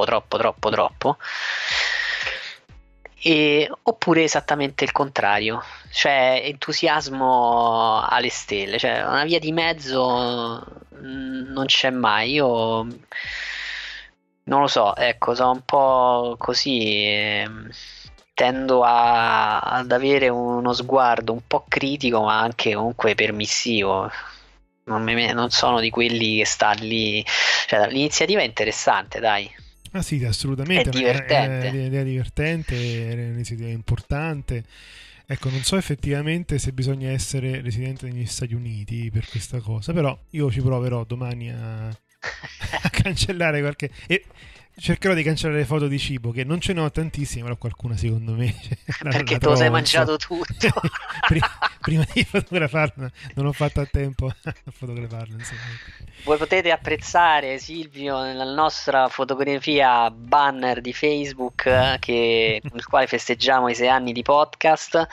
oppure esattamente il contrario, cioè entusiasmo alle stelle, cioè una via di mezzo non c'è mai. Io non lo so, ecco, sono un po' così, tendo ad avere uno sguardo un po' critico, ma anche comunque permissivo. Non sono di quelli che sta lì, cioè l'iniziativa è interessante, dai. Ah sì, assolutamente, è divertente, è un'idea divertente, è un'iniziativa importante. Ecco, non so effettivamente se bisogna essere residente negli Stati Uniti per questa cosa, però io ci proverò domani a cancellare qualche... E cercherò di cancellare le foto di cibo, che non ce ne ho tantissime, però qualcuna secondo me perché te lo sei mangiato tutto. prima di fotografarla non ho fatto a tempo a fotografarla, insomma. Voi potete apprezzare Silvio nella nostra fotografia banner di Facebook con il quale festeggiamo i 6 anni di podcast.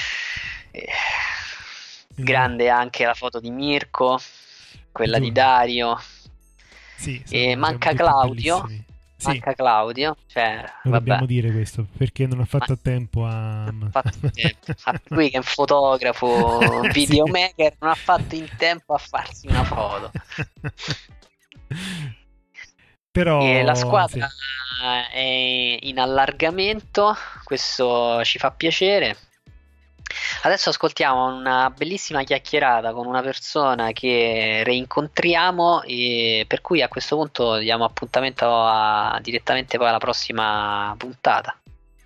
Grande anche la foto di Mirko, quella di Dario. Sì, e manca Claudio. Bellissimi. Manca Claudio, cioè, dobbiamo dire questo perché non ha fatto a tempo a lui che è un fotografo, videomaker, non ha fatto in tempo a farsi una foto. Però e la squadra è in allargamento, questo ci fa piacere. Adesso ascoltiamo una bellissima chiacchierata con una persona che reincontriamo, e per cui a questo punto diamo appuntamento direttamente poi alla prossima puntata.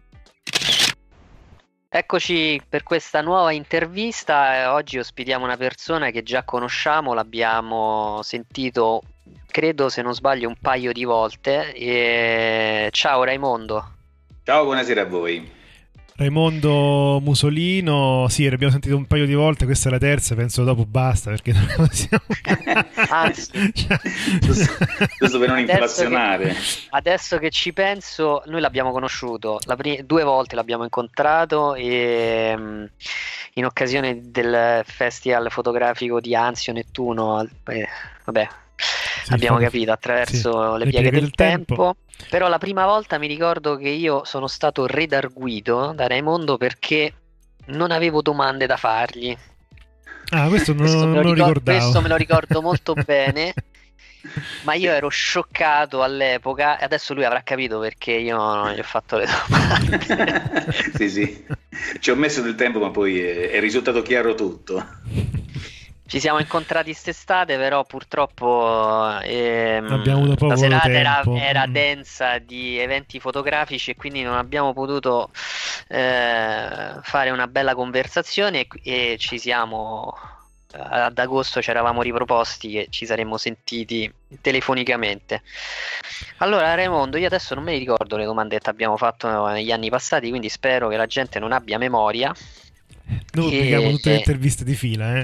Eccoci per questa nuova intervista. Oggi ospitiamo una persona che già conosciamo, l'abbiamo sentito, credo se non sbaglio, un paio di volte. Ciao Raimondo. Ciao, buonasera a voi. Raimondo Musolino, sì, l'abbiamo sentito un paio di volte, questa è la terza, penso dopo basta perché non possiamo... Anzi, giusto per non inflazionare. Adesso che ci penso, noi l'abbiamo conosciuto, 2 volte l'abbiamo incontrato in occasione del festival fotografico di Anzio Nettuno, vabbè. Sì, abbiamo capito attraverso le pieghe del tempo. Però la prima volta mi ricordo che io sono stato redarguito da Raimondo perché non avevo domande da fargli. Ah, questo non lo ricordavo. Questo me lo ricordo molto bene, ma io ero scioccato all'epoca e adesso lui avrà capito perché io non gli ho fatto le domande. Sì, ci ho messo del tempo, ma poi è risultato chiaro tutto. Ci siamo incontrati quest'estate, però purtroppo abbiamo avuto poco la serata tempo. Era densa di eventi fotografici e quindi non abbiamo potuto fare una bella conversazione e ci siamo ad agosto ci eravamo riproposti che ci saremmo sentiti telefonicamente. Allora Raimondo, io adesso non me ne ricordo le domande che ti abbiamo fatto negli anni passati, quindi spero che la gente non abbia memoria. Noi pubblichiamo tutte le interviste di fila,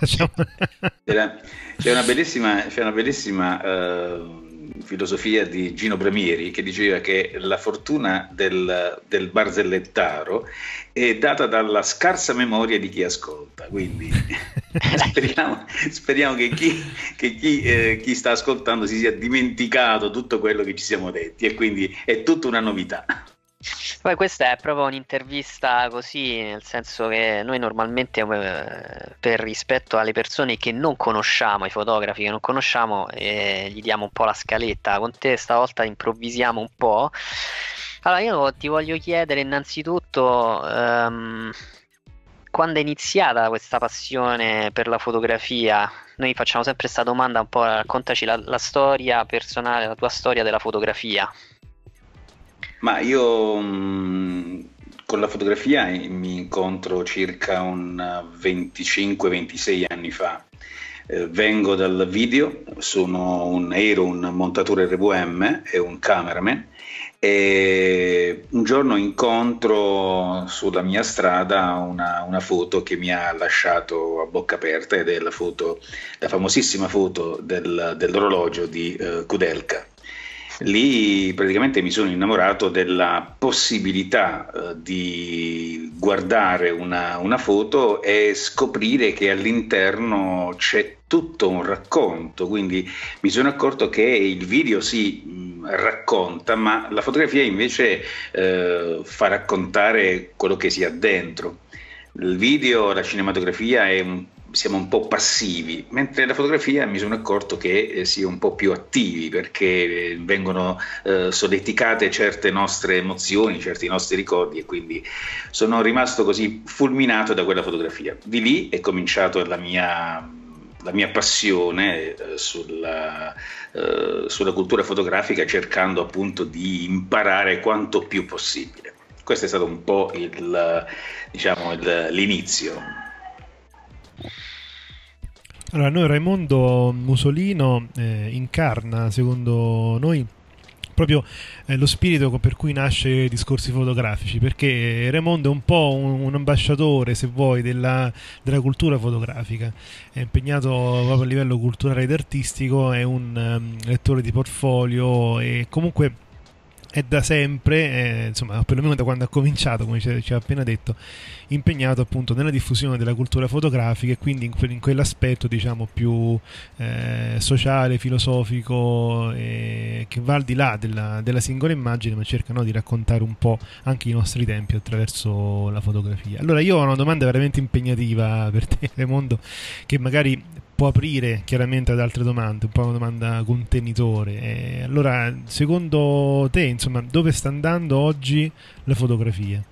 C'è una bellissima filosofia di Gino Bramieri che diceva che la fortuna del barzellettaro è data dalla scarsa memoria di chi ascolta, quindi speriamo che chi sta ascoltando si sia dimenticato tutto quello che ci siamo detti e quindi è tutta una novità. Poi questa è proprio un'intervista così, nel senso che noi normalmente per rispetto alle persone che non conosciamo, i fotografi che non conosciamo, gli diamo un po' la scaletta. Con te stavolta improvvisiamo un po'. Allora io ti voglio chiedere innanzitutto quando è iniziata questa passione per la fotografia. Noi facciamo sempre questa domanda un po', raccontaci la storia personale, la tua storia della fotografia. Ma io con la fotografia mi incontro circa un 25-26 anni fa. Vengo dal video, ero un montatore RVM e un cameraman e un giorno incontro sulla mia strada una foto che mi ha lasciato a bocca aperta ed è la famosissima foto dell'orologio di Kudelka. Lì praticamente mi sono innamorato della possibilità di guardare una foto e scoprire che all'interno c'è tutto un racconto, quindi mi sono accorto che il video si racconta, ma la fotografia invece fa raccontare quello che si ha dentro. Il video, la cinematografia è siamo un po' passivi, mentre la fotografia mi sono accorto che si è un po' più attivi, perché vengono solleticate certe nostre emozioni, certi nostri ricordi, e quindi sono rimasto così fulminato da quella fotografia. Di lì è cominciato la mia passione sulla cultura fotografica, cercando appunto di imparare quanto più possibile. Questo è stato un po' l'inizio. Allora, noi Raimondo Musolino incarna, secondo noi, proprio lo spirito per cui nasce Discorsi Fotografici, perché Raimondo è un po' un ambasciatore, se vuoi, della cultura fotografica. È impegnato proprio a livello culturale ed artistico, è un lettore di portfolio e comunque è da sempre, insomma, perlomeno da quando ha cominciato, come ci ha appena detto, impegnato appunto nella diffusione della cultura fotografica, e quindi in quell'aspetto, diciamo, più sociale, filosofico, che va al di là della singola immagine, ma cerca, no, di raccontare un po' anche i nostri tempi attraverso la fotografia. Allora, io ho una domanda veramente impegnativa per te, Raimondo, che magari può aprire chiaramente ad altre domande, un po' una domanda contenitore. Allora, secondo te, insomma, dove sta andando oggi la fotografia?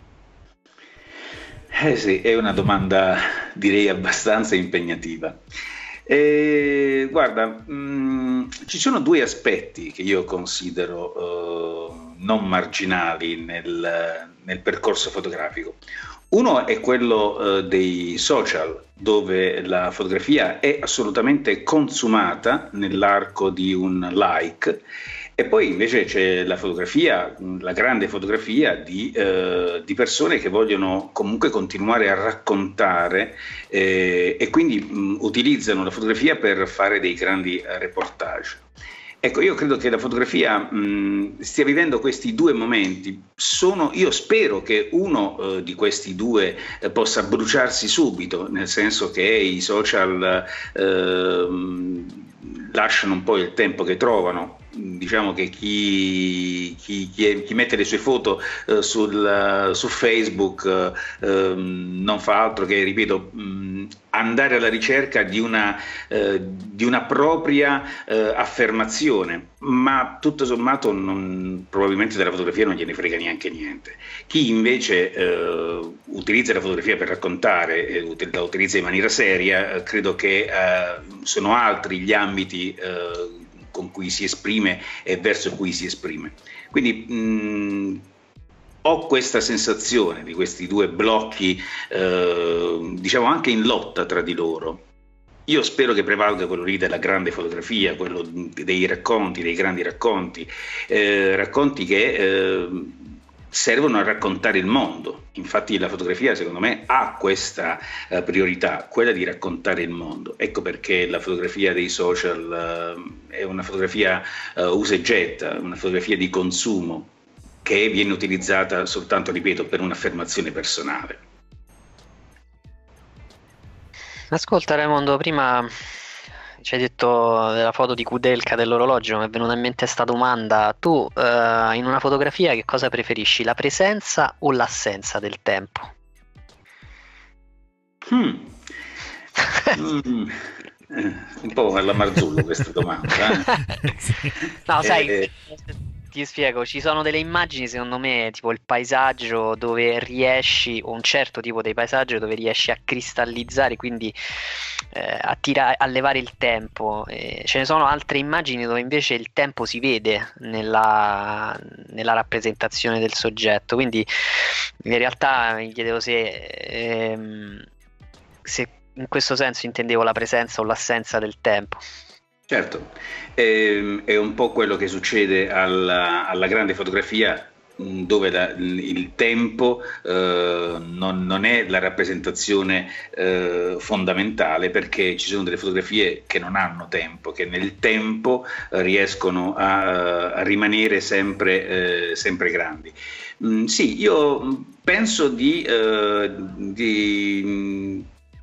Sì, è una domanda, direi, abbastanza impegnativa. Guarda, ci sono due aspetti che io considero non marginali nel percorso fotografico. Uno è quello dei social, dove la fotografia è assolutamente consumata nell'arco di un like, e poi invece c'è la fotografia, la grande fotografia di persone che vogliono comunque continuare a raccontare, e quindi utilizzano la fotografia per fare dei grandi reportage. Ecco, io credo che la fotografia stia vivendo questi due momenti. Io spero che uno di questi due possa bruciarsi subito, nel senso che i social lasciano un po' il tempo che trovano. Diciamo che chi mette le sue foto su Facebook non fa altro che, ripeto, andare alla ricerca di una propria affermazione, ma tutto sommato probabilmente della fotografia non gliene frega neanche niente. Chi invece utilizza la fotografia per raccontare, la utilizza in maniera seria, credo che sono altri gli ambiti con cui si esprime e verso cui si esprime. Quindi ho questa sensazione di questi due blocchi, diciamo anche in lotta tra di loro. Io spero che prevalga quello lì della grande fotografia, quello dei racconti, dei grandi racconti, racconti che servono a raccontare il mondo. Infatti la fotografia, secondo me, ha questa priorità, quella di raccontare il mondo. Ecco perché la fotografia dei social è una fotografia usa e getta, una fotografia di consumo che viene utilizzata soltanto, ripeto, per un'affermazione personale. Ascolta Raimondo, prima ci hai detto della foto di Kudelka dell'orologio, mi è venuta in mente questa domanda. Tu in una fotografia che cosa preferisci, la presenza o l'assenza del tempo? Un po' alla Marzullo questa domanda. No, sai, ti spiego, ci sono delle immagini, secondo me, tipo il paesaggio dove riesci, o un certo tipo di paesaggio dove riesci a cristallizzare, quindi a levare il tempo. Ce ne sono altre immagini dove invece il tempo si vede nella rappresentazione del soggetto, quindi in realtà mi chiedevo se in questo senso intendevo la presenza o l'assenza del tempo. Certo, è un po' quello che succede alla grande fotografia, dove il tempo non è la rappresentazione fondamentale, perché ci sono delle fotografie che non hanno tempo, che nel tempo riescono a rimanere sempre grandi. Sì, io penso di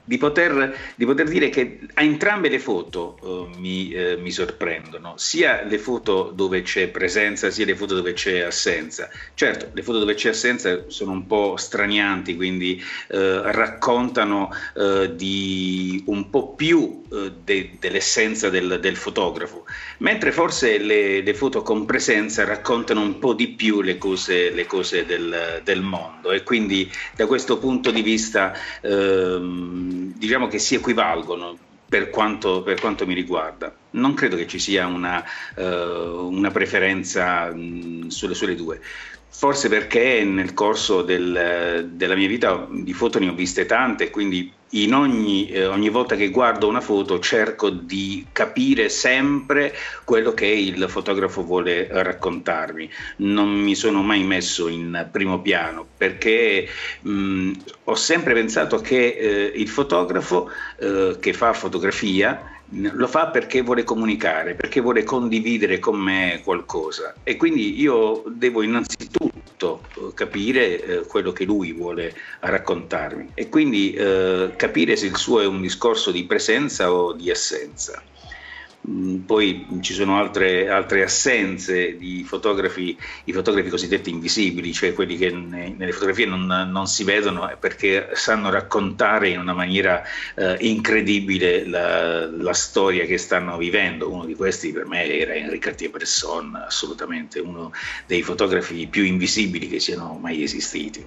di poter dire che a entrambe le foto mi sorprendono, sia le foto dove c'è presenza sia le foto dove c'è assenza. Certo, le foto dove c'è assenza sono un po' stranianti, quindi raccontano di un po' più dell'essenza del fotografo, mentre forse le foto con presenza raccontano un po' di più le cose del mondo, e quindi da questo punto di vista diciamo che si equivalgono per quanto mi riguarda. Non credo che ci sia una preferenza sulle due. Forse perché nel corso della mia vita di foto ne ho viste tante, quindi ogni volta che guardo una foto cerco di capire sempre quello che il fotografo vuole raccontarmi. Non mi sono mai messo in primo piano, perché ho sempre pensato che il fotografo che fa fotografia lo fa perché vuole comunicare, perché vuole condividere con me qualcosa, e quindi io devo innanzitutto capire quello che lui vuole raccontarmi, e quindi capire se il suo è un discorso di presenza o di assenza. Poi ci sono altre assenze di fotografi, i fotografi cosiddetti invisibili, cioè quelli che nelle fotografie non si vedono perché sanno raccontare in una maniera incredibile la storia che stanno vivendo. Uno di questi per me era Henri Cartier-Bresson, assolutamente uno dei fotografi più invisibili che siano mai esistiti.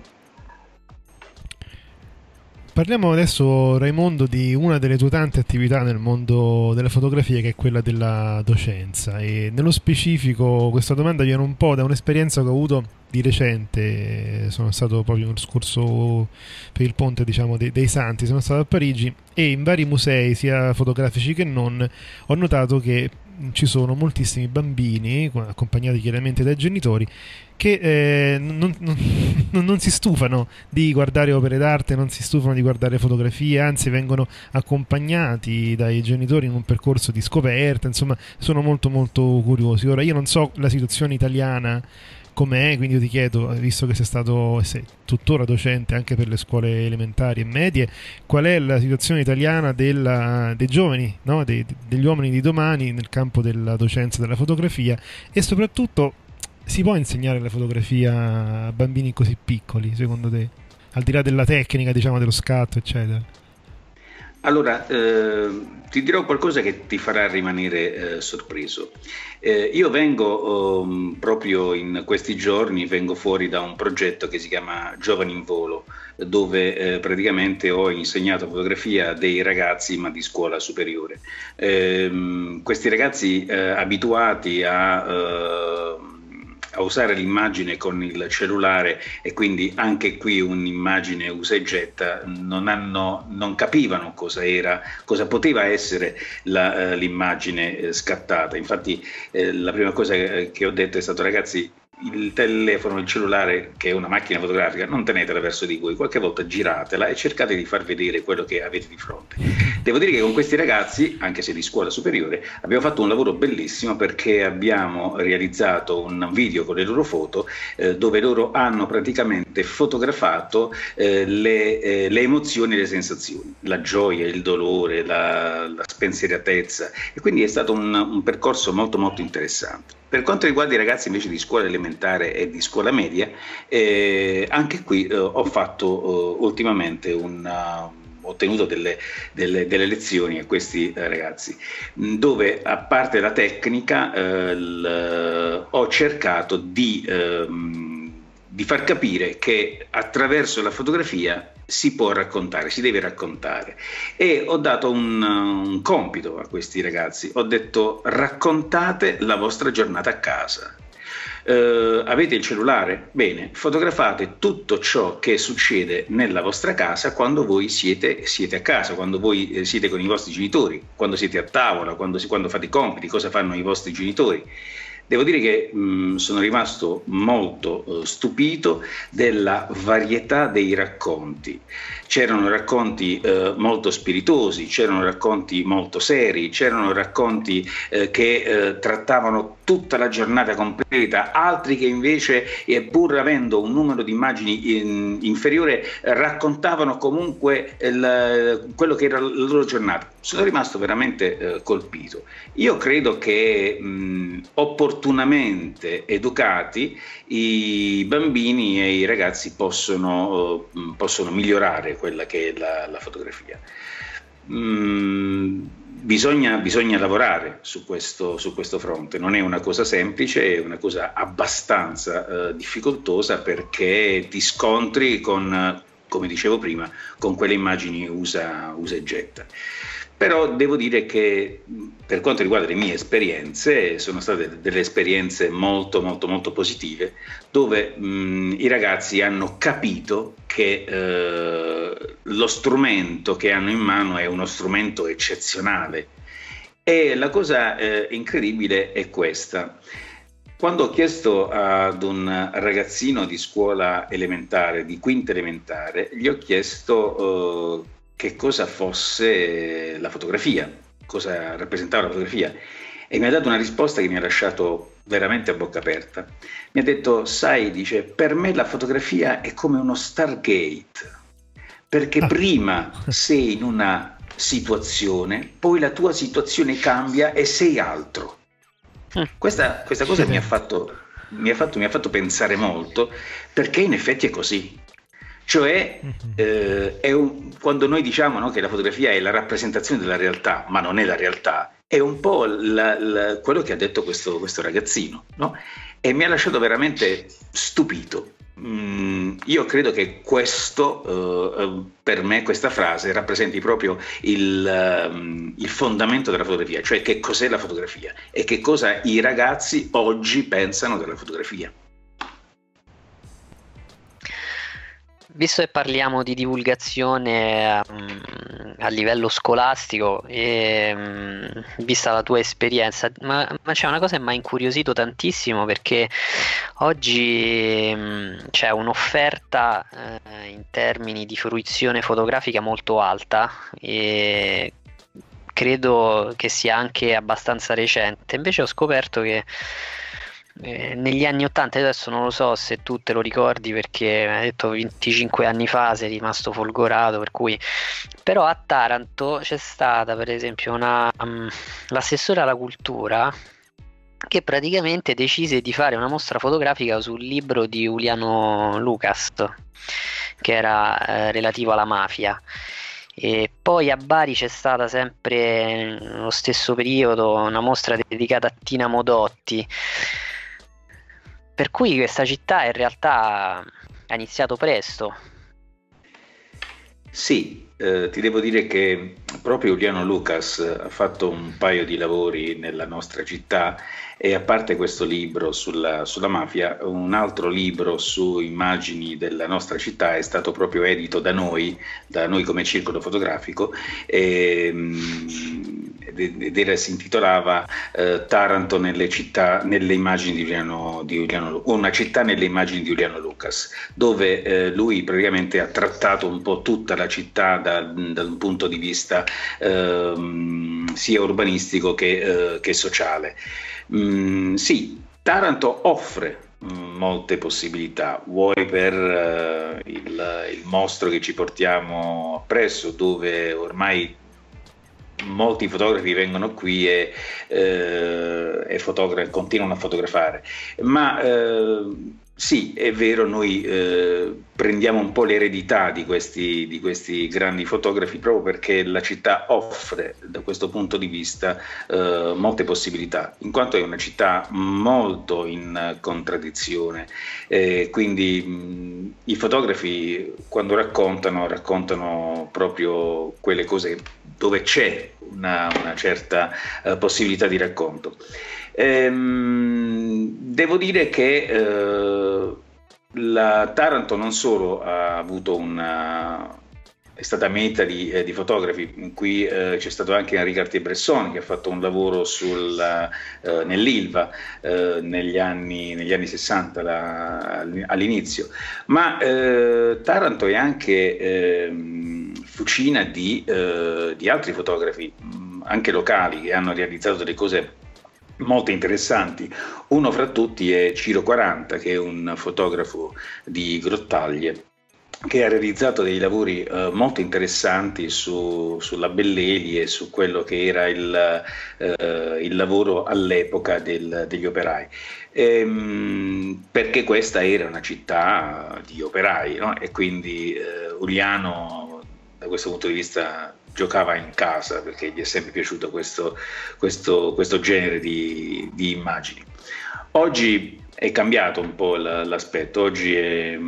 Parliamo adesso, Raimondo, di una delle tue tante attività nel mondo della fotografia, che è quella della docenza, e nello specifico questa domanda viene un po' da un'esperienza che ho avuto di recente. Sono stato proprio nel scorso, per il ponte, diciamo, dei Santi, sono stato a Parigi, e in vari musei sia fotografici che non ho notato che ci sono moltissimi bambini, accompagnati chiaramente dai genitori, che non si stufano di guardare opere d'arte, non si stufano di guardare fotografie, anzi vengono accompagnati dai genitori in un percorso di scoperta. Insomma, sono molto molto curiosi. Ora, io non so la situazione italiana com'è, quindi io ti chiedo, visto che sei tuttora docente anche per le scuole elementari e medie, qual è la situazione italiana dei giovani, no? degli uomini di domani nel campo della docenza della fotografia, e soprattutto si può insegnare la fotografia a bambini così piccoli, secondo te? Al di là della tecnica, diciamo, dello scatto, eccetera. Allora, ti dirò qualcosa che ti farà rimanere sorpreso. Io vengo proprio in questi giorni, vengo fuori da un progetto che si chiama Giovani in Volo, dove praticamente ho insegnato fotografia a dei ragazzi, ma di scuola superiore. Questi ragazzi abituati a usare l'immagine con il cellulare, e quindi anche qui un'immagine usa e getta, non capivano cosa poteva essere l'immagine scattata. Infatti la prima cosa che ho detto è stato: ragazzi, il telefono, il cellulare, che è una macchina fotografica, non tenetela verso di voi, qualche volta giratela e cercate di far vedere quello che avete di fronte. Devo dire che con questi ragazzi, anche se di scuola superiore, abbiamo fatto un lavoro bellissimo, perché abbiamo realizzato un video con le loro foto dove loro hanno praticamente fotografato le emozioni e le sensazioni, la gioia, il dolore, la spensieratezza, e quindi è stato un percorso molto molto interessante. Per quanto riguarda i ragazzi invece di scuola elementare e di scuola media, anche qui ho fatto ultimamente ho tenuto delle lezioni a questi ragazzi, dove, a parte la tecnica, ho cercato di far capire che attraverso la fotografia si può raccontare, si deve raccontare, e ho dato un compito a questi ragazzi. Ho detto: raccontate la vostra giornata a casa. Avete il cellulare? Bene, fotografate tutto ciò che succede nella vostra casa quando voi siete a casa, quando voi siete con i vostri genitori, quando siete a tavola, quando fate i compiti, cosa fanno i vostri genitori. Devo dire che sono rimasto molto stupito della varietà dei racconti. C'erano racconti molto spiritosi, c'erano racconti molto seri, c'erano racconti che trattavano tutta la giornata completa, altri che invece, pur avendo un numero di immagini inferiore, raccontavano comunque quello che era la loro giornata. Sono rimasto veramente colpito. Io credo che opportunamente educati i bambini e i ragazzi possono migliorare quella che è la fotografia. Bisogna lavorare su questo fronte, non è una cosa semplice, è una cosa abbastanza difficoltosa, perché ti scontri con, come dicevo prima, con quelle immagini usa e getta. Però devo dire che per quanto riguarda le mie esperienze, sono state delle esperienze molto molto molto positive, dove i ragazzi hanno capito che lo strumento che hanno in mano è uno strumento eccezionale. E la cosa incredibile è questa. Quando ho chiesto ad un ragazzino di scuola elementare, di quinta elementare, gli ho chiesto che cosa fosse la fotografia, cosa rappresentava la fotografia, e mi ha dato una risposta che mi ha lasciato veramente a bocca aperta. Mi ha detto: sai, dice, per me la fotografia è come uno Stargate, perché prima sei in una situazione, poi la tua situazione cambia e sei altro. Questa cosa mi ha fatto pensare molto, perché in effetti è così. Cioè, quando noi diciamo, no, che la fotografia è la rappresentazione della realtà, ma non è la realtà, è un po' quello che ha detto questo ragazzino, no? E mi ha lasciato veramente stupito. Io credo che questo, per me, questa frase rappresenti proprio il fondamento della fotografia, cioè che cos'è la fotografia e che cosa i ragazzi oggi pensano della fotografia. Visto che parliamo di divulgazione a livello scolastico e vista la tua esperienza, ma c'è una cosa che mi ha incuriosito tantissimo, perché oggi c'è un'offerta in termini di fruizione fotografica molto alta, e credo che sia anche abbastanza recente. Invece ho scoperto che negli anni 80, adesso non lo so se tu te lo ricordi, perché hai detto 25 anni fa sei rimasto folgorato, per cui, però a Taranto c'è stata per esempio l'assessore alla cultura che praticamente decise di fare una mostra fotografica sul libro di Juliano Lucas, che era relativo alla mafia. E poi a Bari c'è stata sempre nello stesso periodo una mostra dedicata a Tina Modotti. Per cui questa città in realtà ha iniziato presto. Sì, ti devo dire che proprio Juliano Lucas ha fatto un paio di lavori nella nostra città, e a parte questo libro sulla mafia, un altro libro su immagini della nostra città è stato proprio edito da noi come circolo fotografico, si intitolava Taranto nelle immagini di Juliano, una città nelle immagini di Juliano Lucas, dove lui praticamente ha trattato un po' tutta la città da un punto di vista sia urbanistico che sociale. Sì, Taranto offre molte possibilità, vuoi per il mostro che ci portiamo appresso, dove ormai molti fotografi vengono qui e continuano a fotografare, ma sì, è vero, noi prendiamo un po' l'eredità di questi grandi fotografi, proprio perché la città offre da questo punto di vista molte possibilità, in quanto è una città molto in contraddizione, quindi i fotografi quando raccontano proprio quelle cose dove c'è una certa possibilità di racconto. Devo dire che la Taranto non solo ha avuto è stata meta di fotografi, in cui c'è stato anche Henri Cartier-Bresson che ha fatto un lavoro nell'Ilva negli anni 60 all'inizio, ma Taranto è anche fucina di altri fotografi, anche locali, che hanno realizzato delle cose molto interessanti. Uno fra tutti è Ciro 40, che è un fotografo di Grottaglie, che ha realizzato dei lavori molto interessanti sulla Belleli e su quello che era il lavoro all'epoca degli operai, perché questa era una città di operai, no? E quindi Uliano da questo punto di vista giocava in casa, perché gli è sempre piaciuto questo genere di immagini. Oggi è cambiato un po' l'aspetto, oggi è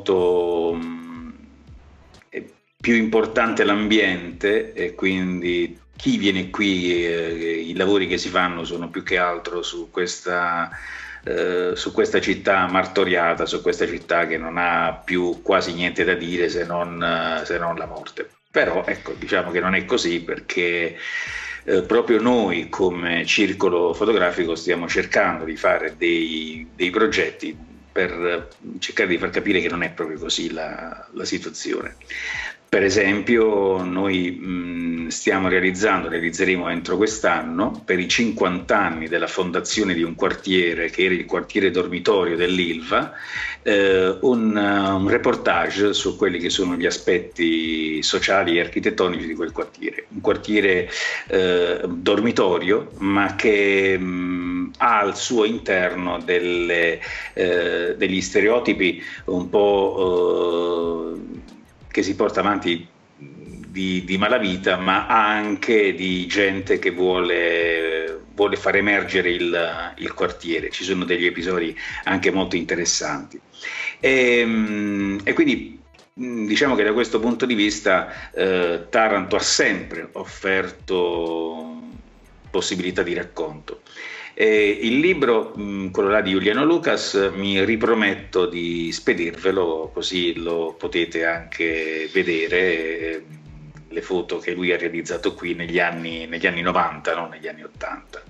più importante l'ambiente, e quindi chi viene qui, i lavori che si fanno sono più che altro su questa città martoriata, su questa città che non ha più quasi niente da dire se non la morte. Però ecco, diciamo che non è così, perché proprio noi come circolo fotografico stiamo cercando di fare dei progetti per cercare di far capire che non è proprio così la situazione. Per esempio, noi realizzeremo entro quest'anno, per i 50 anni della fondazione di un quartiere che era il quartiere dormitorio dell'Ilva, un reportage su quelli che sono gli aspetti sociali e architettonici di quel quartiere. Un quartiere dormitorio, ma che ha al suo interno degli stereotipi un po' che si porta avanti di malavita, ma anche di gente che vuole far emergere il quartiere. Ci sono degli episodi anche molto interessanti. E quindi diciamo che da questo punto di vista Taranto ha sempre offerto possibilità di racconto. Il libro, quello là di Juliano Lucas, mi riprometto di spedirvelo, così lo potete anche vedere, le foto che lui ha realizzato qui negli anni 90, non negli anni 80.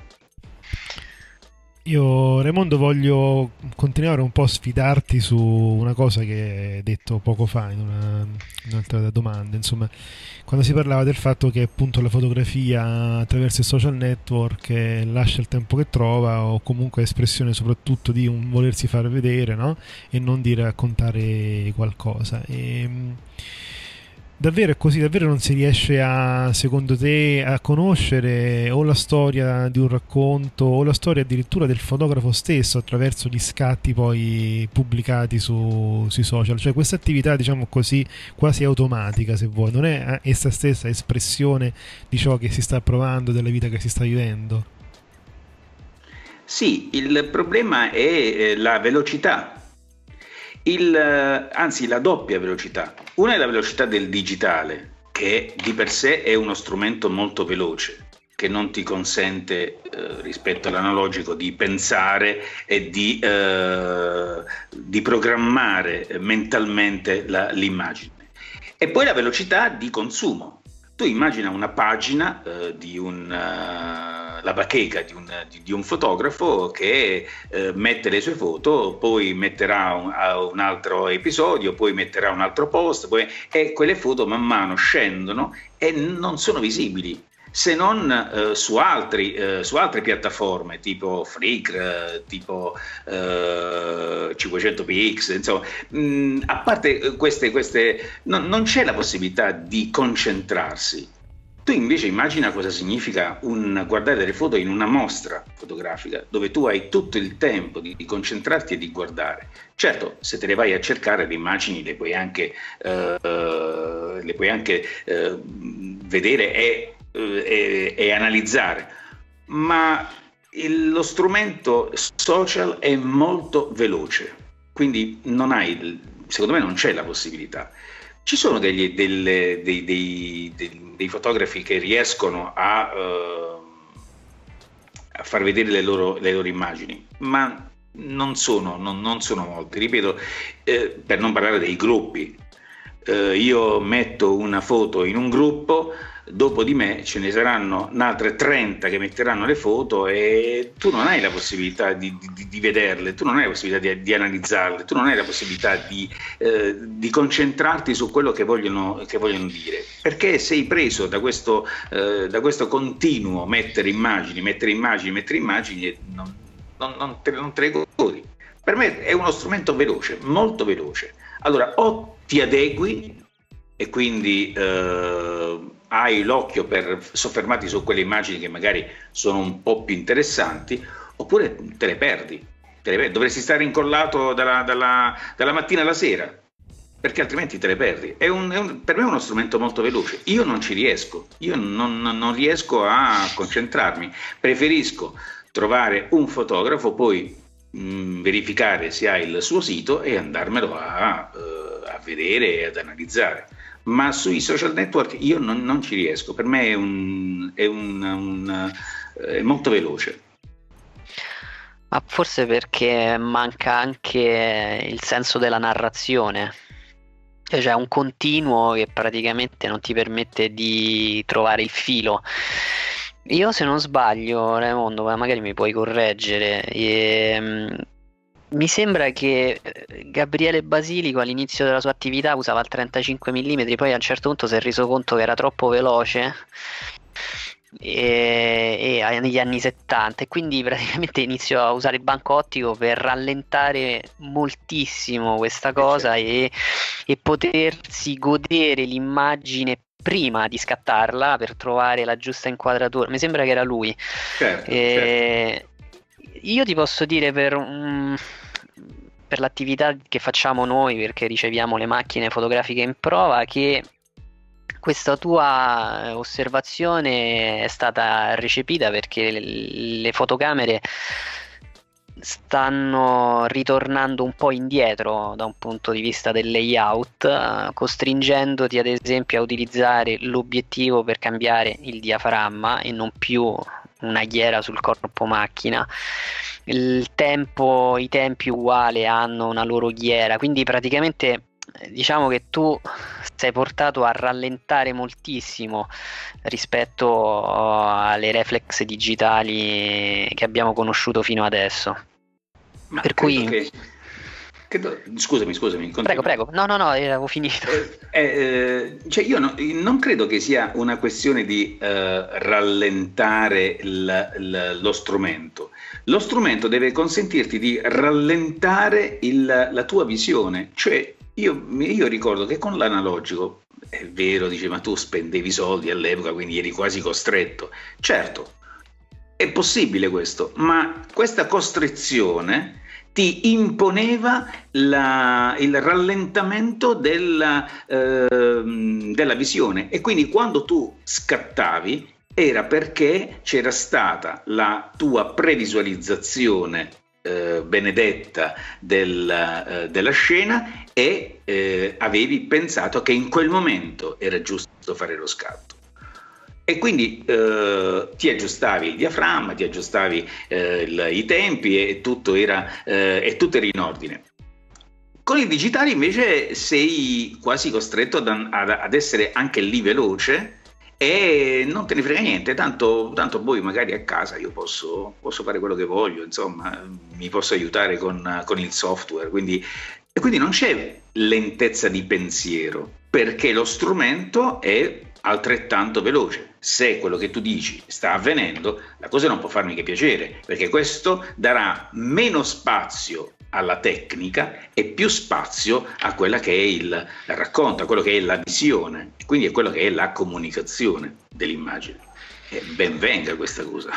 Io, Raimondo, voglio continuare un po' a sfidarti su una cosa che hai detto poco fa in un'altra domanda. Insomma, quando si parlava del fatto che appunto la fotografia attraverso il social network lascia il tempo che trova, o comunque espressione soprattutto di un volersi far vedere, no? E non di raccontare qualcosa. Davvero è così? Davvero non si riesce secondo te, a conoscere o la storia di un racconto o la storia addirittura del fotografo stesso attraverso gli scatti poi pubblicati sui social? Cioè questa attività, diciamo così, quasi automatica, se vuoi, non è essa stessa espressione di ciò che si sta provando, della vita che si sta vivendo? Sì, il problema è la velocità. Anzi la doppia velocità. Una è la velocità del digitale, che di per sé è uno strumento molto veloce, che non ti consente rispetto all'analogico di pensare e di programmare mentalmente l'immagine. E poi la velocità di consumo. Tu immagina una pagina la bacheca di un fotografo che mette le sue foto, poi metterà un altro episodio, poi metterà un altro post, e quelle foto man mano scendono e non sono visibili, se non su altre piattaforme tipo Flickr, tipo 500px, insomma, a parte queste non c'è la possibilità di concentrarsi. Tu invece immagina cosa significa guardare delle foto in una mostra fotografica, dove tu hai tutto il tempo di concentrarti e di guardare. Certo, se te le vai a cercare le immagini le puoi anche vedere e analizzare, ma lo strumento social è molto veloce, quindi secondo me non c'è la possibilità. Ci sono dei fotografi che riescono a far vedere le loro immagini, ma non sono molti, ripeto, per non parlare dei gruppi. io metto una foto in un gruppo, dopo di me ce ne saranno altre 30 che metteranno le foto e tu non hai la possibilità di vederle, tu non hai la possibilità di analizzarle, tu non hai la possibilità di concentrarti su quello che vogliono dire, perché sei preso da questo continuo mettere immagini e non te le godi. Per me è uno strumento veloce, molto veloce. Allora, o ti adegui e quindi hai l'occhio per soffermarti su quelle immagini che magari sono un po' più interessanti, oppure te le perdi. Dovresti stare incollato dalla mattina alla sera, perché altrimenti te le perdi. Per me è uno strumento molto veloce. Io non ci riesco, io non riesco a concentrarmi. Preferisco trovare un fotografo, poi verificare se ha il suo sito e andarmelo a vedere e ad analizzare. Ma sui social network io non ci riesco, per me è molto veloce. Ma forse perché manca anche il senso della narrazione, cioè un continuo che praticamente non ti permette di trovare il filo. Io, se non sbaglio, Raimondo, ma magari mi puoi correggere, mi sembra che Gabriele Basilico all'inizio della sua attività usava il 35 mm, poi a un certo punto si è reso conto che era troppo veloce e negli anni 70, e quindi praticamente iniziò a usare il banco ottico per rallentare moltissimo questa cosa e potersi godere l'immagine prima di scattarla per trovare la giusta inquadratura. Mi sembra che era lui. Certo. Io ti posso dire per l'attività che facciamo noi, perché riceviamo le macchine fotografiche in prova, che questa tua osservazione è stata recepita, perché le fotocamere stanno ritornando un po' indietro da un punto di vista del layout, costringendoti ad esempio a utilizzare l'obiettivo per cambiare il diaframma e non più una ghiera sul corpo macchina. I tempi uguali hanno una loro ghiera, quindi praticamente diciamo che tu sei portato a rallentare moltissimo rispetto alle reflex digitali che abbiamo conosciuto fino adesso. Ma per cui scusami continua. Prego, no, avevo finito. Cioè io non credo che sia una questione di rallentare lo strumento. Lo strumento deve consentirti di rallentare la tua visione. Cioè io ricordo che con l'analogico, è vero, dice, ma tu spendevi soldi all'epoca, quindi eri quasi costretto. Certo, è possibile questo, ma questa costrizione ti imponeva il rallentamento della visione, e quindi quando tu scattavi era perché c'era stata la tua previsualizzazione benedetta della scena e avevi pensato che in quel momento era giusto fare lo scatto. E quindi ti aggiustavi il diaframma, ti aggiustavi i tempi e tutto era in ordine. Con il digitale invece sei quasi costretto ad essere anche lì veloce e non te ne frega niente, tanto poi magari a casa io posso fare quello che voglio, insomma mi posso aiutare con il software, quindi non c'è lentezza di pensiero, perché lo strumento è altrettanto veloce. Se quello che tu dici sta avvenendo, la cosa non può farmi che piacere, perché questo darà meno spazio alla tecnica e più spazio a quella che è il racconto, a quello che è la visione, e quindi a quello che è la comunicazione dell'immagine. E ben venga questa cosa.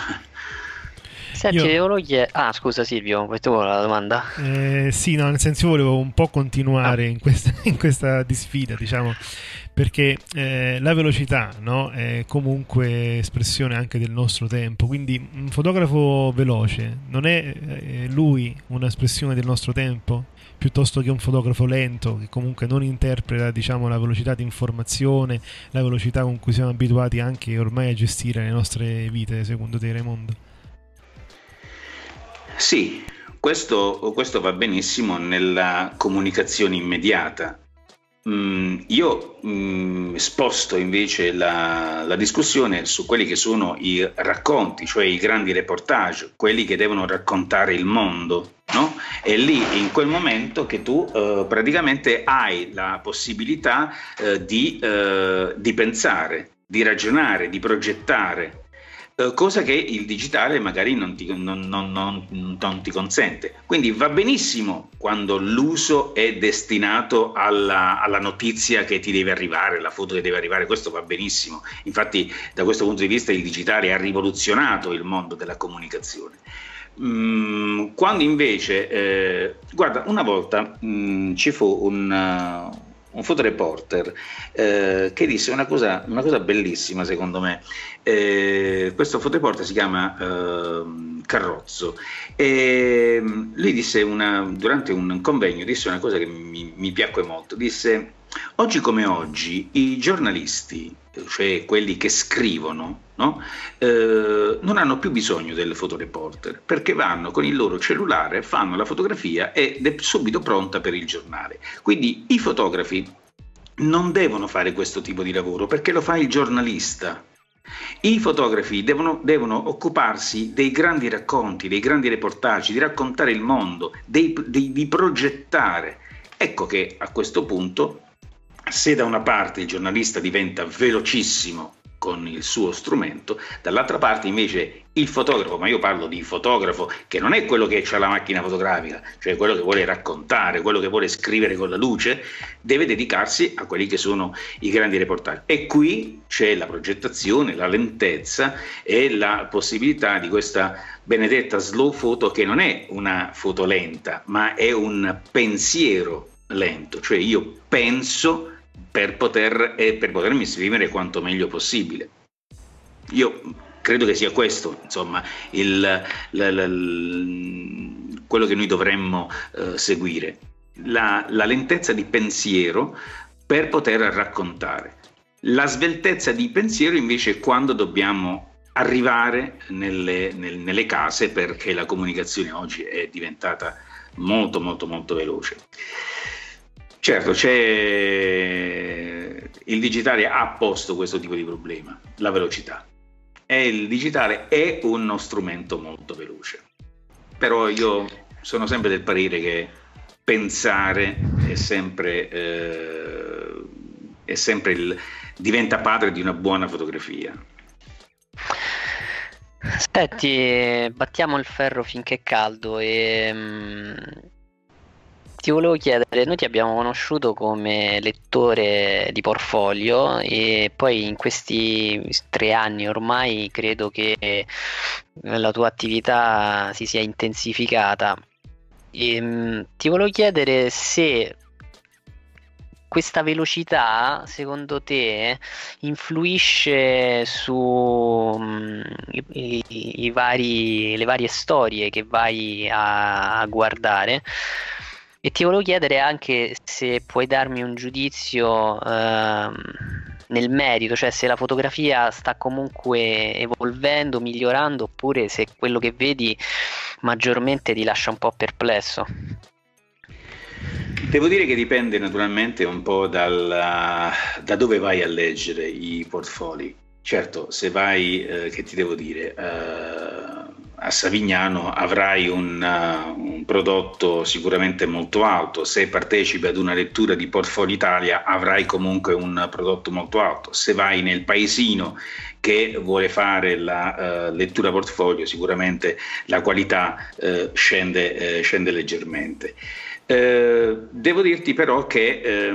Senti, scusa Silvio, poi tu la domanda? Sì, no, nel senso, io volevo un po' continuare in questa disfida, diciamo, perché la velocità, no, è comunque espressione anche del nostro tempo, quindi un fotografo veloce non è lui un'espressione del nostro tempo, piuttosto che un fotografo lento che comunque non interpreta, diciamo, la velocità di informazione, la velocità con cui siamo abituati anche ormai a gestire le nostre vite, secondo te, Raimondo? Sì, questo va benissimo nella comunicazione immediata. Io sposto invece la discussione su quelli che sono i racconti, cioè i grandi reportage, quelli che devono raccontare il mondo, no? È lì in quel momento che tu praticamente hai la possibilità di pensare, di ragionare, di progettare. Cosa che il digitale magari non ti consente. Quindi va benissimo quando l'uso è destinato alla notizia che ti deve arrivare, la foto che deve arrivare, questo va benissimo. Infatti da questo punto di vista il digitale ha rivoluzionato il mondo della comunicazione. Quando invece, guarda, una volta ci fu un fotoreporter che disse una cosa bellissima secondo me. Questo fotoreporter si chiama Carrozzo e lui disse durante un convegno disse una cosa che mi piacque molto. Disse: oggi come oggi i giornalisti, cioè quelli che scrivono, no? Non hanno più bisogno del fotoreporter, perché vanno con il loro cellulare, fanno la fotografia ed è subito pronta per il giornale. Quindi i fotografi non devono fare questo tipo di lavoro, perché lo fa il giornalista. I fotografi devono occuparsi dei grandi racconti, dei grandi reportage, di raccontare il mondo, di progettare. Ecco che a questo punto, se da una parte il giornalista diventa velocissimo con il suo strumento, dall'altra parte invece il fotografo, ma io parlo di fotografo che non è quello che ha la macchina fotografica, cioè quello che vuole raccontare, quello che vuole scrivere con la luce, deve dedicarsi a quelli che sono i grandi reportage. E qui c'è la progettazione, la lentezza e la possibilità di questa benedetta slow photo, che non è una foto lenta, ma è un pensiero lento, cioè io penso per potermi esprimere quanto meglio possibile. Io credo che sia questo, insomma, quello che noi dovremmo seguire, la lentezza di pensiero per poter raccontare. La sveltezza di pensiero invece è quando dobbiamo arrivare nelle case, perché la comunicazione oggi è diventata molto molto molto veloce. Certo, il digitale ha posto questo tipo di problema, la velocità, e il digitale è uno strumento molto veloce, però io sono sempre del parere che pensare diventa padre di una buona fotografia. Senti, battiamo il ferro finché è caldo e ti volevo chiedere, noi ti abbiamo conosciuto come lettore di portfolio e poi in questi 3 anni ormai credo che la tua attività si sia intensificata e ti volevo chiedere se questa velocità secondo te influisce su le varie storie che vai a guardare. E ti volevo chiedere anche se puoi darmi un giudizio nel merito, cioè se la fotografia sta comunque evolvendo, migliorando, oppure se quello che vedi maggiormente ti lascia un po' perplesso. Devo dire che dipende naturalmente un po' da dove vai a leggere i portfoli. Certo, se vai, che ti devo dire, a Savignano avrai un prodotto sicuramente molto alto. Se partecipi ad una lettura di Portfolio Italia avrai comunque un prodotto molto alto. Se vai nel paesino che vuole fare la lettura portfolio, sicuramente la qualità scende leggermente. Devo dirti però che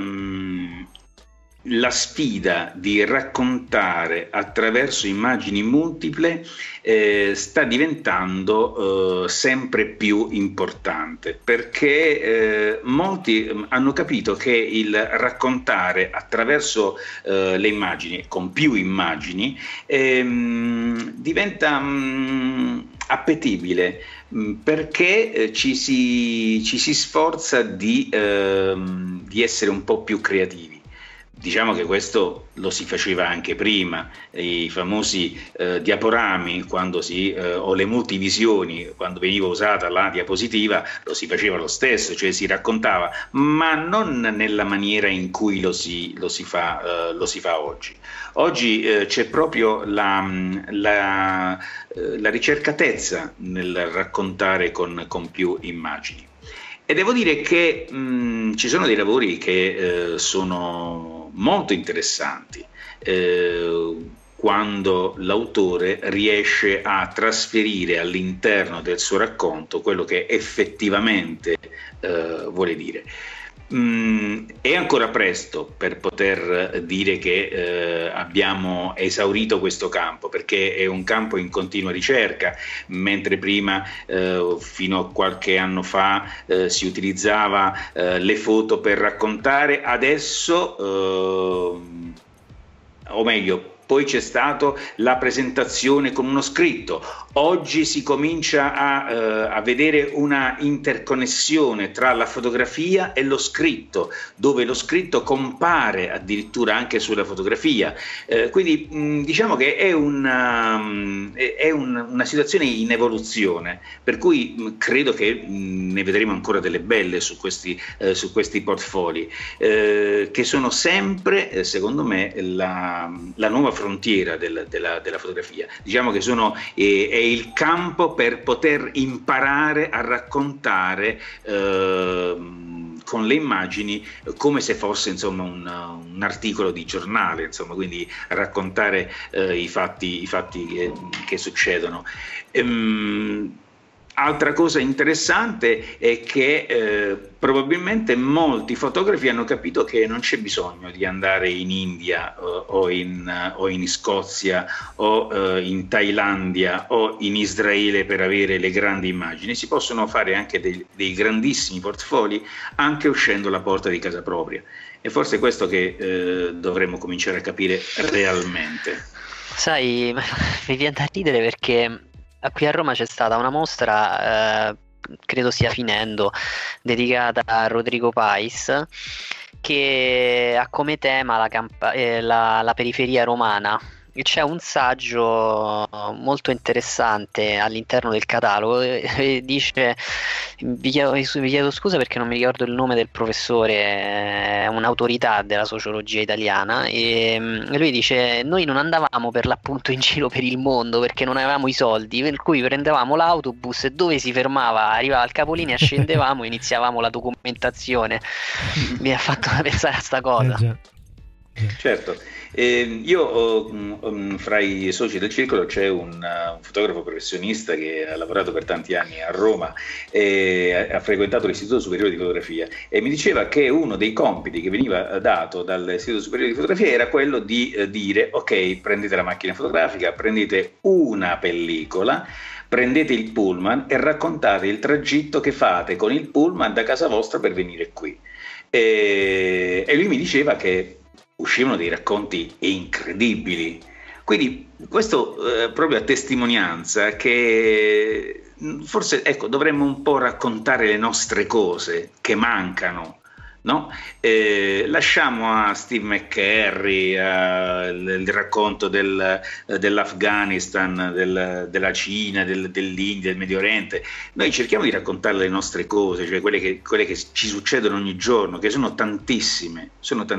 la sfida di raccontare attraverso immagini multiple sta diventando sempre più importante, perché molti hanno capito che il raccontare attraverso le immagini, con più immagini, diventa appetibile, perché ci si sforza di essere un po' più creativi, Diciamo che questo lo si faceva anche prima, i famosi diaporami o le multivisioni, quando veniva usata la diapositiva, lo si faceva lo stesso, cioè si raccontava, ma non nella maniera in cui lo si fa oggi. Oggi c'è proprio la ricercatezza nel raccontare con più immagini. E devo dire che ci sono dei lavori che sono molto interessanti quando l'autore riesce a trasferire all'interno del suo racconto quello che effettivamente vuole dire. È ancora presto per poter dire che abbiamo esaurito questo campo, perché è un campo in continua ricerca, mentre prima, fino a qualche anno fa, si utilizzava le foto per raccontare, adesso, o meglio, poi c'è stata la presentazione con uno scritto. Oggi si comincia a vedere una interconnessione tra la fotografia e lo scritto, dove lo scritto compare addirittura anche sulla fotografia. Quindi diciamo che è una situazione in evoluzione, per cui credo che ne vedremo ancora delle belle su questi portfoli, che sono sempre, secondo me, la nuova frontiera della fotografia. Diciamo che è il campo per poter imparare a raccontare con le immagini come se fosse, insomma, un articolo di giornale, insomma, quindi raccontare i fatti che succedono. Altra cosa interessante è che probabilmente molti fotografi hanno capito che non c'è bisogno di andare in India o in Scozia o in Thailandia o in Israele per avere le grandi immagini. Si possono fare anche dei grandissimi portfoli anche uscendo la porta di casa propria. E forse è questo che dovremmo cominciare a capire realmente. Sai, mi viene da ridere perché qui a Roma c'è stata una mostra, credo stia finendo, dedicata a Rodrigo Pais, che ha come tema la periferia romana. E c'è un saggio molto interessante all'interno del catalogo e dice, vi chiedo scusa perché non mi ricordo il nome del professore, è un'autorità della sociologia italiana, e lui dice: noi non andavamo per l'appunto in giro per il mondo perché non avevamo i soldi, per cui prendevamo l'autobus e dove si fermava arrivava al capolinea, scendevamo e iniziavamo la documentazione. Mi ha fatto pensare a sta cosa. Certo. Io fra i soci del circolo c'è un fotografo professionista che ha lavorato per tanti anni a Roma e ha frequentato l'Istituto Superiore di Fotografia, e mi diceva che uno dei compiti che veniva dato dall'Istituto Superiore di Fotografia era quello di dire: ok, prendete la macchina fotografica, prendete una pellicola, prendete il pullman e raccontate il tragitto che fate con il pullman da casa vostra per venire qui. E lui mi diceva che uscivano dei racconti incredibili. Quindi questo proprio a testimonianza che forse, ecco, dovremmo un po' raccontare le nostre cose che mancano, no? Lasciamo a Steve McCurry il racconto dell'Afghanistan, della Cina, dell'India, del Medio Oriente. Noi cerchiamo di raccontare le nostre cose, cioè quelle che ci succedono ogni giorno, che sono tantissime.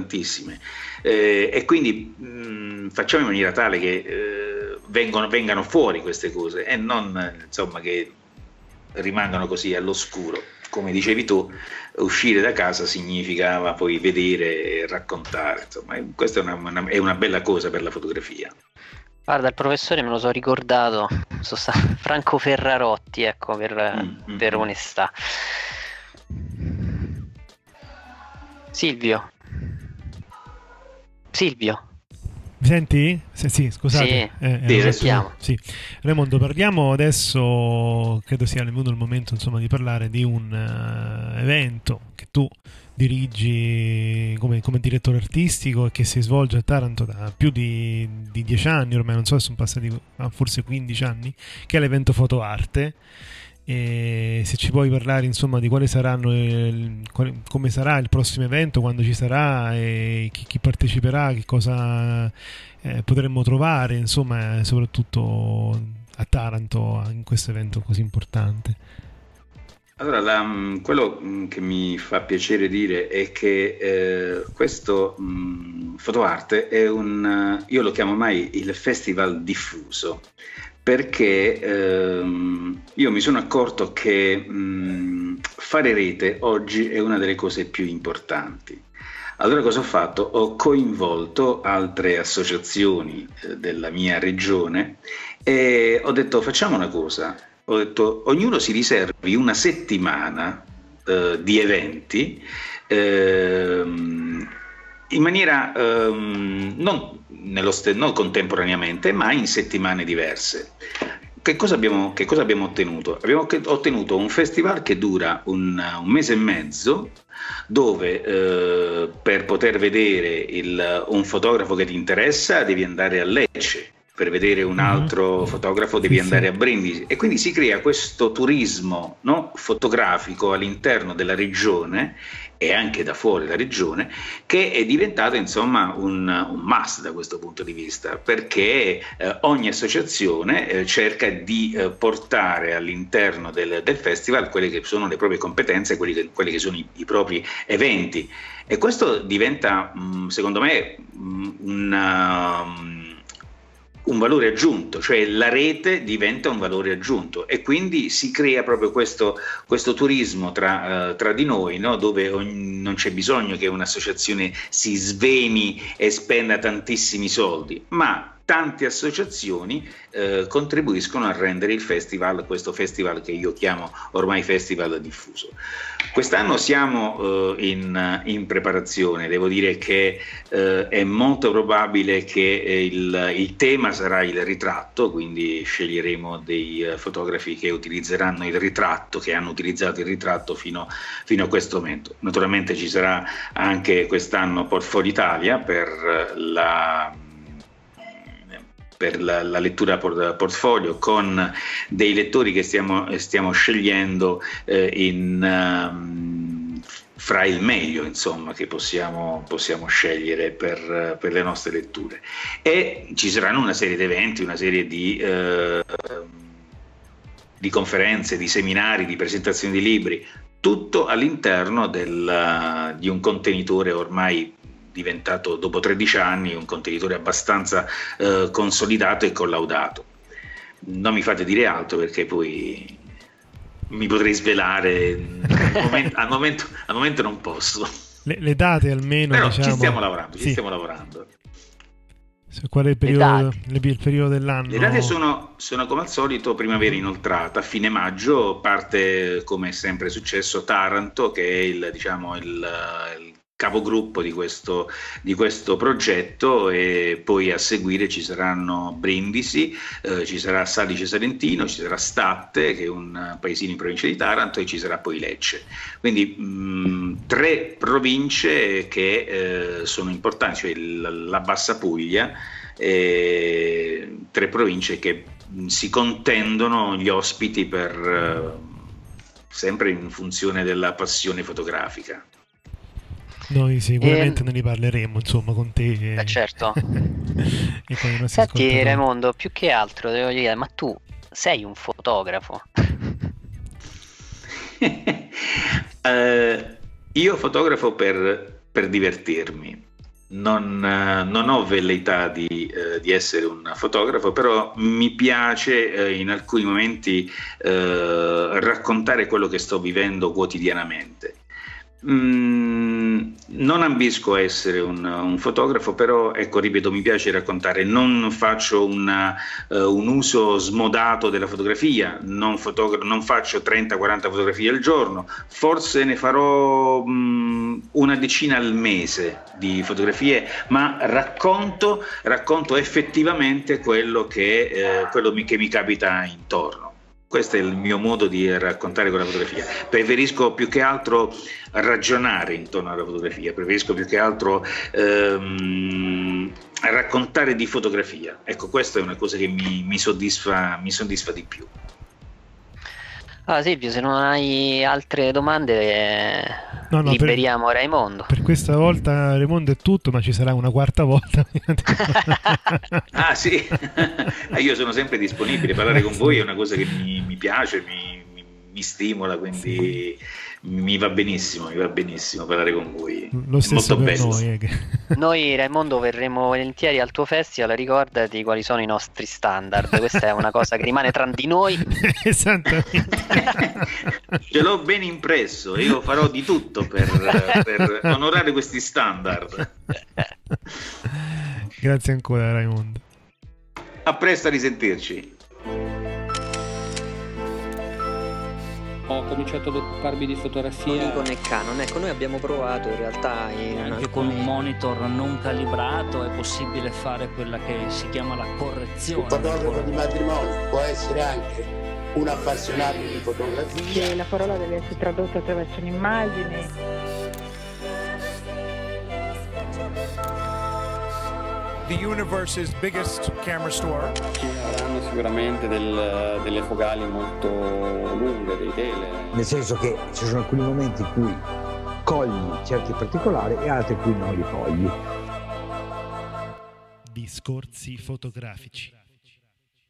E quindi facciamo in maniera tale che vengano fuori queste cose e non, insomma, che rimangano così all'oscuro. Come dicevi tu, uscire da casa significava poi vedere e raccontare, insomma, questa è una bella cosa per la fotografia. Guarda, il professore me lo so ricordato, Franco Ferrarotti, ecco, per onestà. Silvio. Mi senti? Sì, scusate. Sì. Raimondo, parliamo adesso, credo sia venuto il momento, insomma, di parlare di un evento che tu dirigi come direttore artistico e che si svolge a Taranto da più di 10 anni ormai, non so se sono passati forse 15 anni, che è l'evento Fotoarte. e se ci puoi parlare insomma di quali saranno come sarà il prossimo evento, quando ci sarà, e chi parteciperà, che cosa potremmo trovare, insomma, soprattutto a Taranto in questo evento così importante. Allora, quello che mi fa piacere dire è che questo Fotoarte è io lo chiamo mai il festival diffuso, perché io mi sono accorto che fare rete oggi è una delle cose più importanti. Allora cosa ho fatto? Ho coinvolto altre associazioni della mia regione e ho detto: facciamo una cosa. Ho detto: ognuno si riservi una settimana di eventi in maniera non contemporaneamente, ma in settimane diverse. Che cosa abbiamo ottenuto? Abbiamo ottenuto un festival che dura un mese e mezzo, dove per poter vedere un fotografo che ti interessa devi andare a Lecce. Per vedere un altro fotografo devi andare a Brindisi, e quindi si crea questo turismo, no, fotografico all'interno della regione e anche da fuori la regione, che è diventato insomma un must da questo punto di vista, perché ogni associazione cerca di portare all'interno del festival quelle che sono le proprie competenze, quelli che sono i propri eventi, e questo diventa secondo me un valore aggiunto, cioè la rete diventa un valore aggiunto, e quindi si crea proprio questo turismo tra di noi, no? Dove non c'è bisogno che un'associazione si sveni e spenda tantissimi soldi, ma tante associazioni contribuiscono a rendere il festival, questo festival che io chiamo ormai festival diffuso. Quest'anno siamo in preparazione, devo dire che è molto probabile che il tema sarà il ritratto, quindi sceglieremo dei fotografi che utilizzeranno il ritratto, che hanno utilizzato il ritratto fino a questo momento. Naturalmente ci sarà anche quest'anno Portfolio Italia per la lettura portfolio, con dei lettori che stiamo scegliendo fra il meglio, insomma, che possiamo scegliere per le nostre letture. E ci saranno una serie di eventi, una serie di conferenze, di seminari, di presentazioni di libri, tutto all'interno di un contenitore ormai diventato, dopo 13 anni, un contenitore abbastanza consolidato e collaudato. Non mi fate dire altro, perché poi mi potrei svelare. Al momento non posso. Le date almeno, però diciamo. Ci stiamo lavorando. Qual è il periodo dell'anno? Le date sono come al solito primavera inoltrata, fine maggio parte, come è sempre successo, Taranto, che è il capogruppo di questo progetto, e poi a seguire ci saranno Brindisi, ci sarà Salice Salentino, ci sarà Statte, che è un paesino in provincia di Taranto, e ci sarà poi Lecce. Quindi 3 province che sono importanti, cioè la Bassa Puglia, 3 province che si contendono gli ospiti sempre in funzione della passione fotografica. Noi sicuramente ne riparleremo, insomma, con te. Certo. E con i nostri Senti, ascoltatori. Raimondo, più che altro devo dire, ma tu sei un fotografo? Io fotografo per divertirmi. Non ho velleità di essere un fotografo, però mi piace in alcuni momenti raccontare quello che sto vivendo quotidianamente. Non ambisco a essere un fotografo, però ecco, ripeto, mi piace raccontare. Non faccio un uso smodato della fotografia, non faccio 30-40 fotografie al giorno, forse ne farò una decina al mese di fotografie, ma racconto effettivamente quello che mi capita intorno. Questo è il mio modo di raccontare con la fotografia. Preferisco più che altro ragionare intorno alla fotografia, preferisco più che altro raccontare di fotografia. Ecco, questa è una cosa che mi soddisfa di più. Allora Silvio, se non hai altre domande, No, liberiamo Raimondo. Per questa volta Raimondo è tutto, ma ci sarà una quarta volta. Ah sì, io sono sempre disponibile, parlare con voi è una cosa che mi piace, mi stimola, quindi mi va benissimo parlare con voi. Lo stesso molto per bello. noi. Noi Raimondo verremo volentieri al tuo festival, ricordati quali sono i nostri standard, questa è una cosa che rimane tra di noi. Esattamente. Ce l'ho ben impresso, io farò di tutto per onorare questi standard. Grazie ancora Raimondo. A presto, a risentirci. Ho cominciato ad occuparmi di fotografia con il Canon. Ecco, noi abbiamo provato in realtà anche con un monitor non calibrato è possibile fare quella che si chiama la correzione. Un fotografo di matrimoni può essere anche un appassionato di fotografia. E la parola deve essere tradotta attraverso un'immagine. The universe's biggest camera store. che avranno sicuramente delle focali molto lunghe, dei tele. Nel senso che ci sono alcuni momenti in cui cogli certi particolari e altri in cui non li cogli. Discorsi fotografici.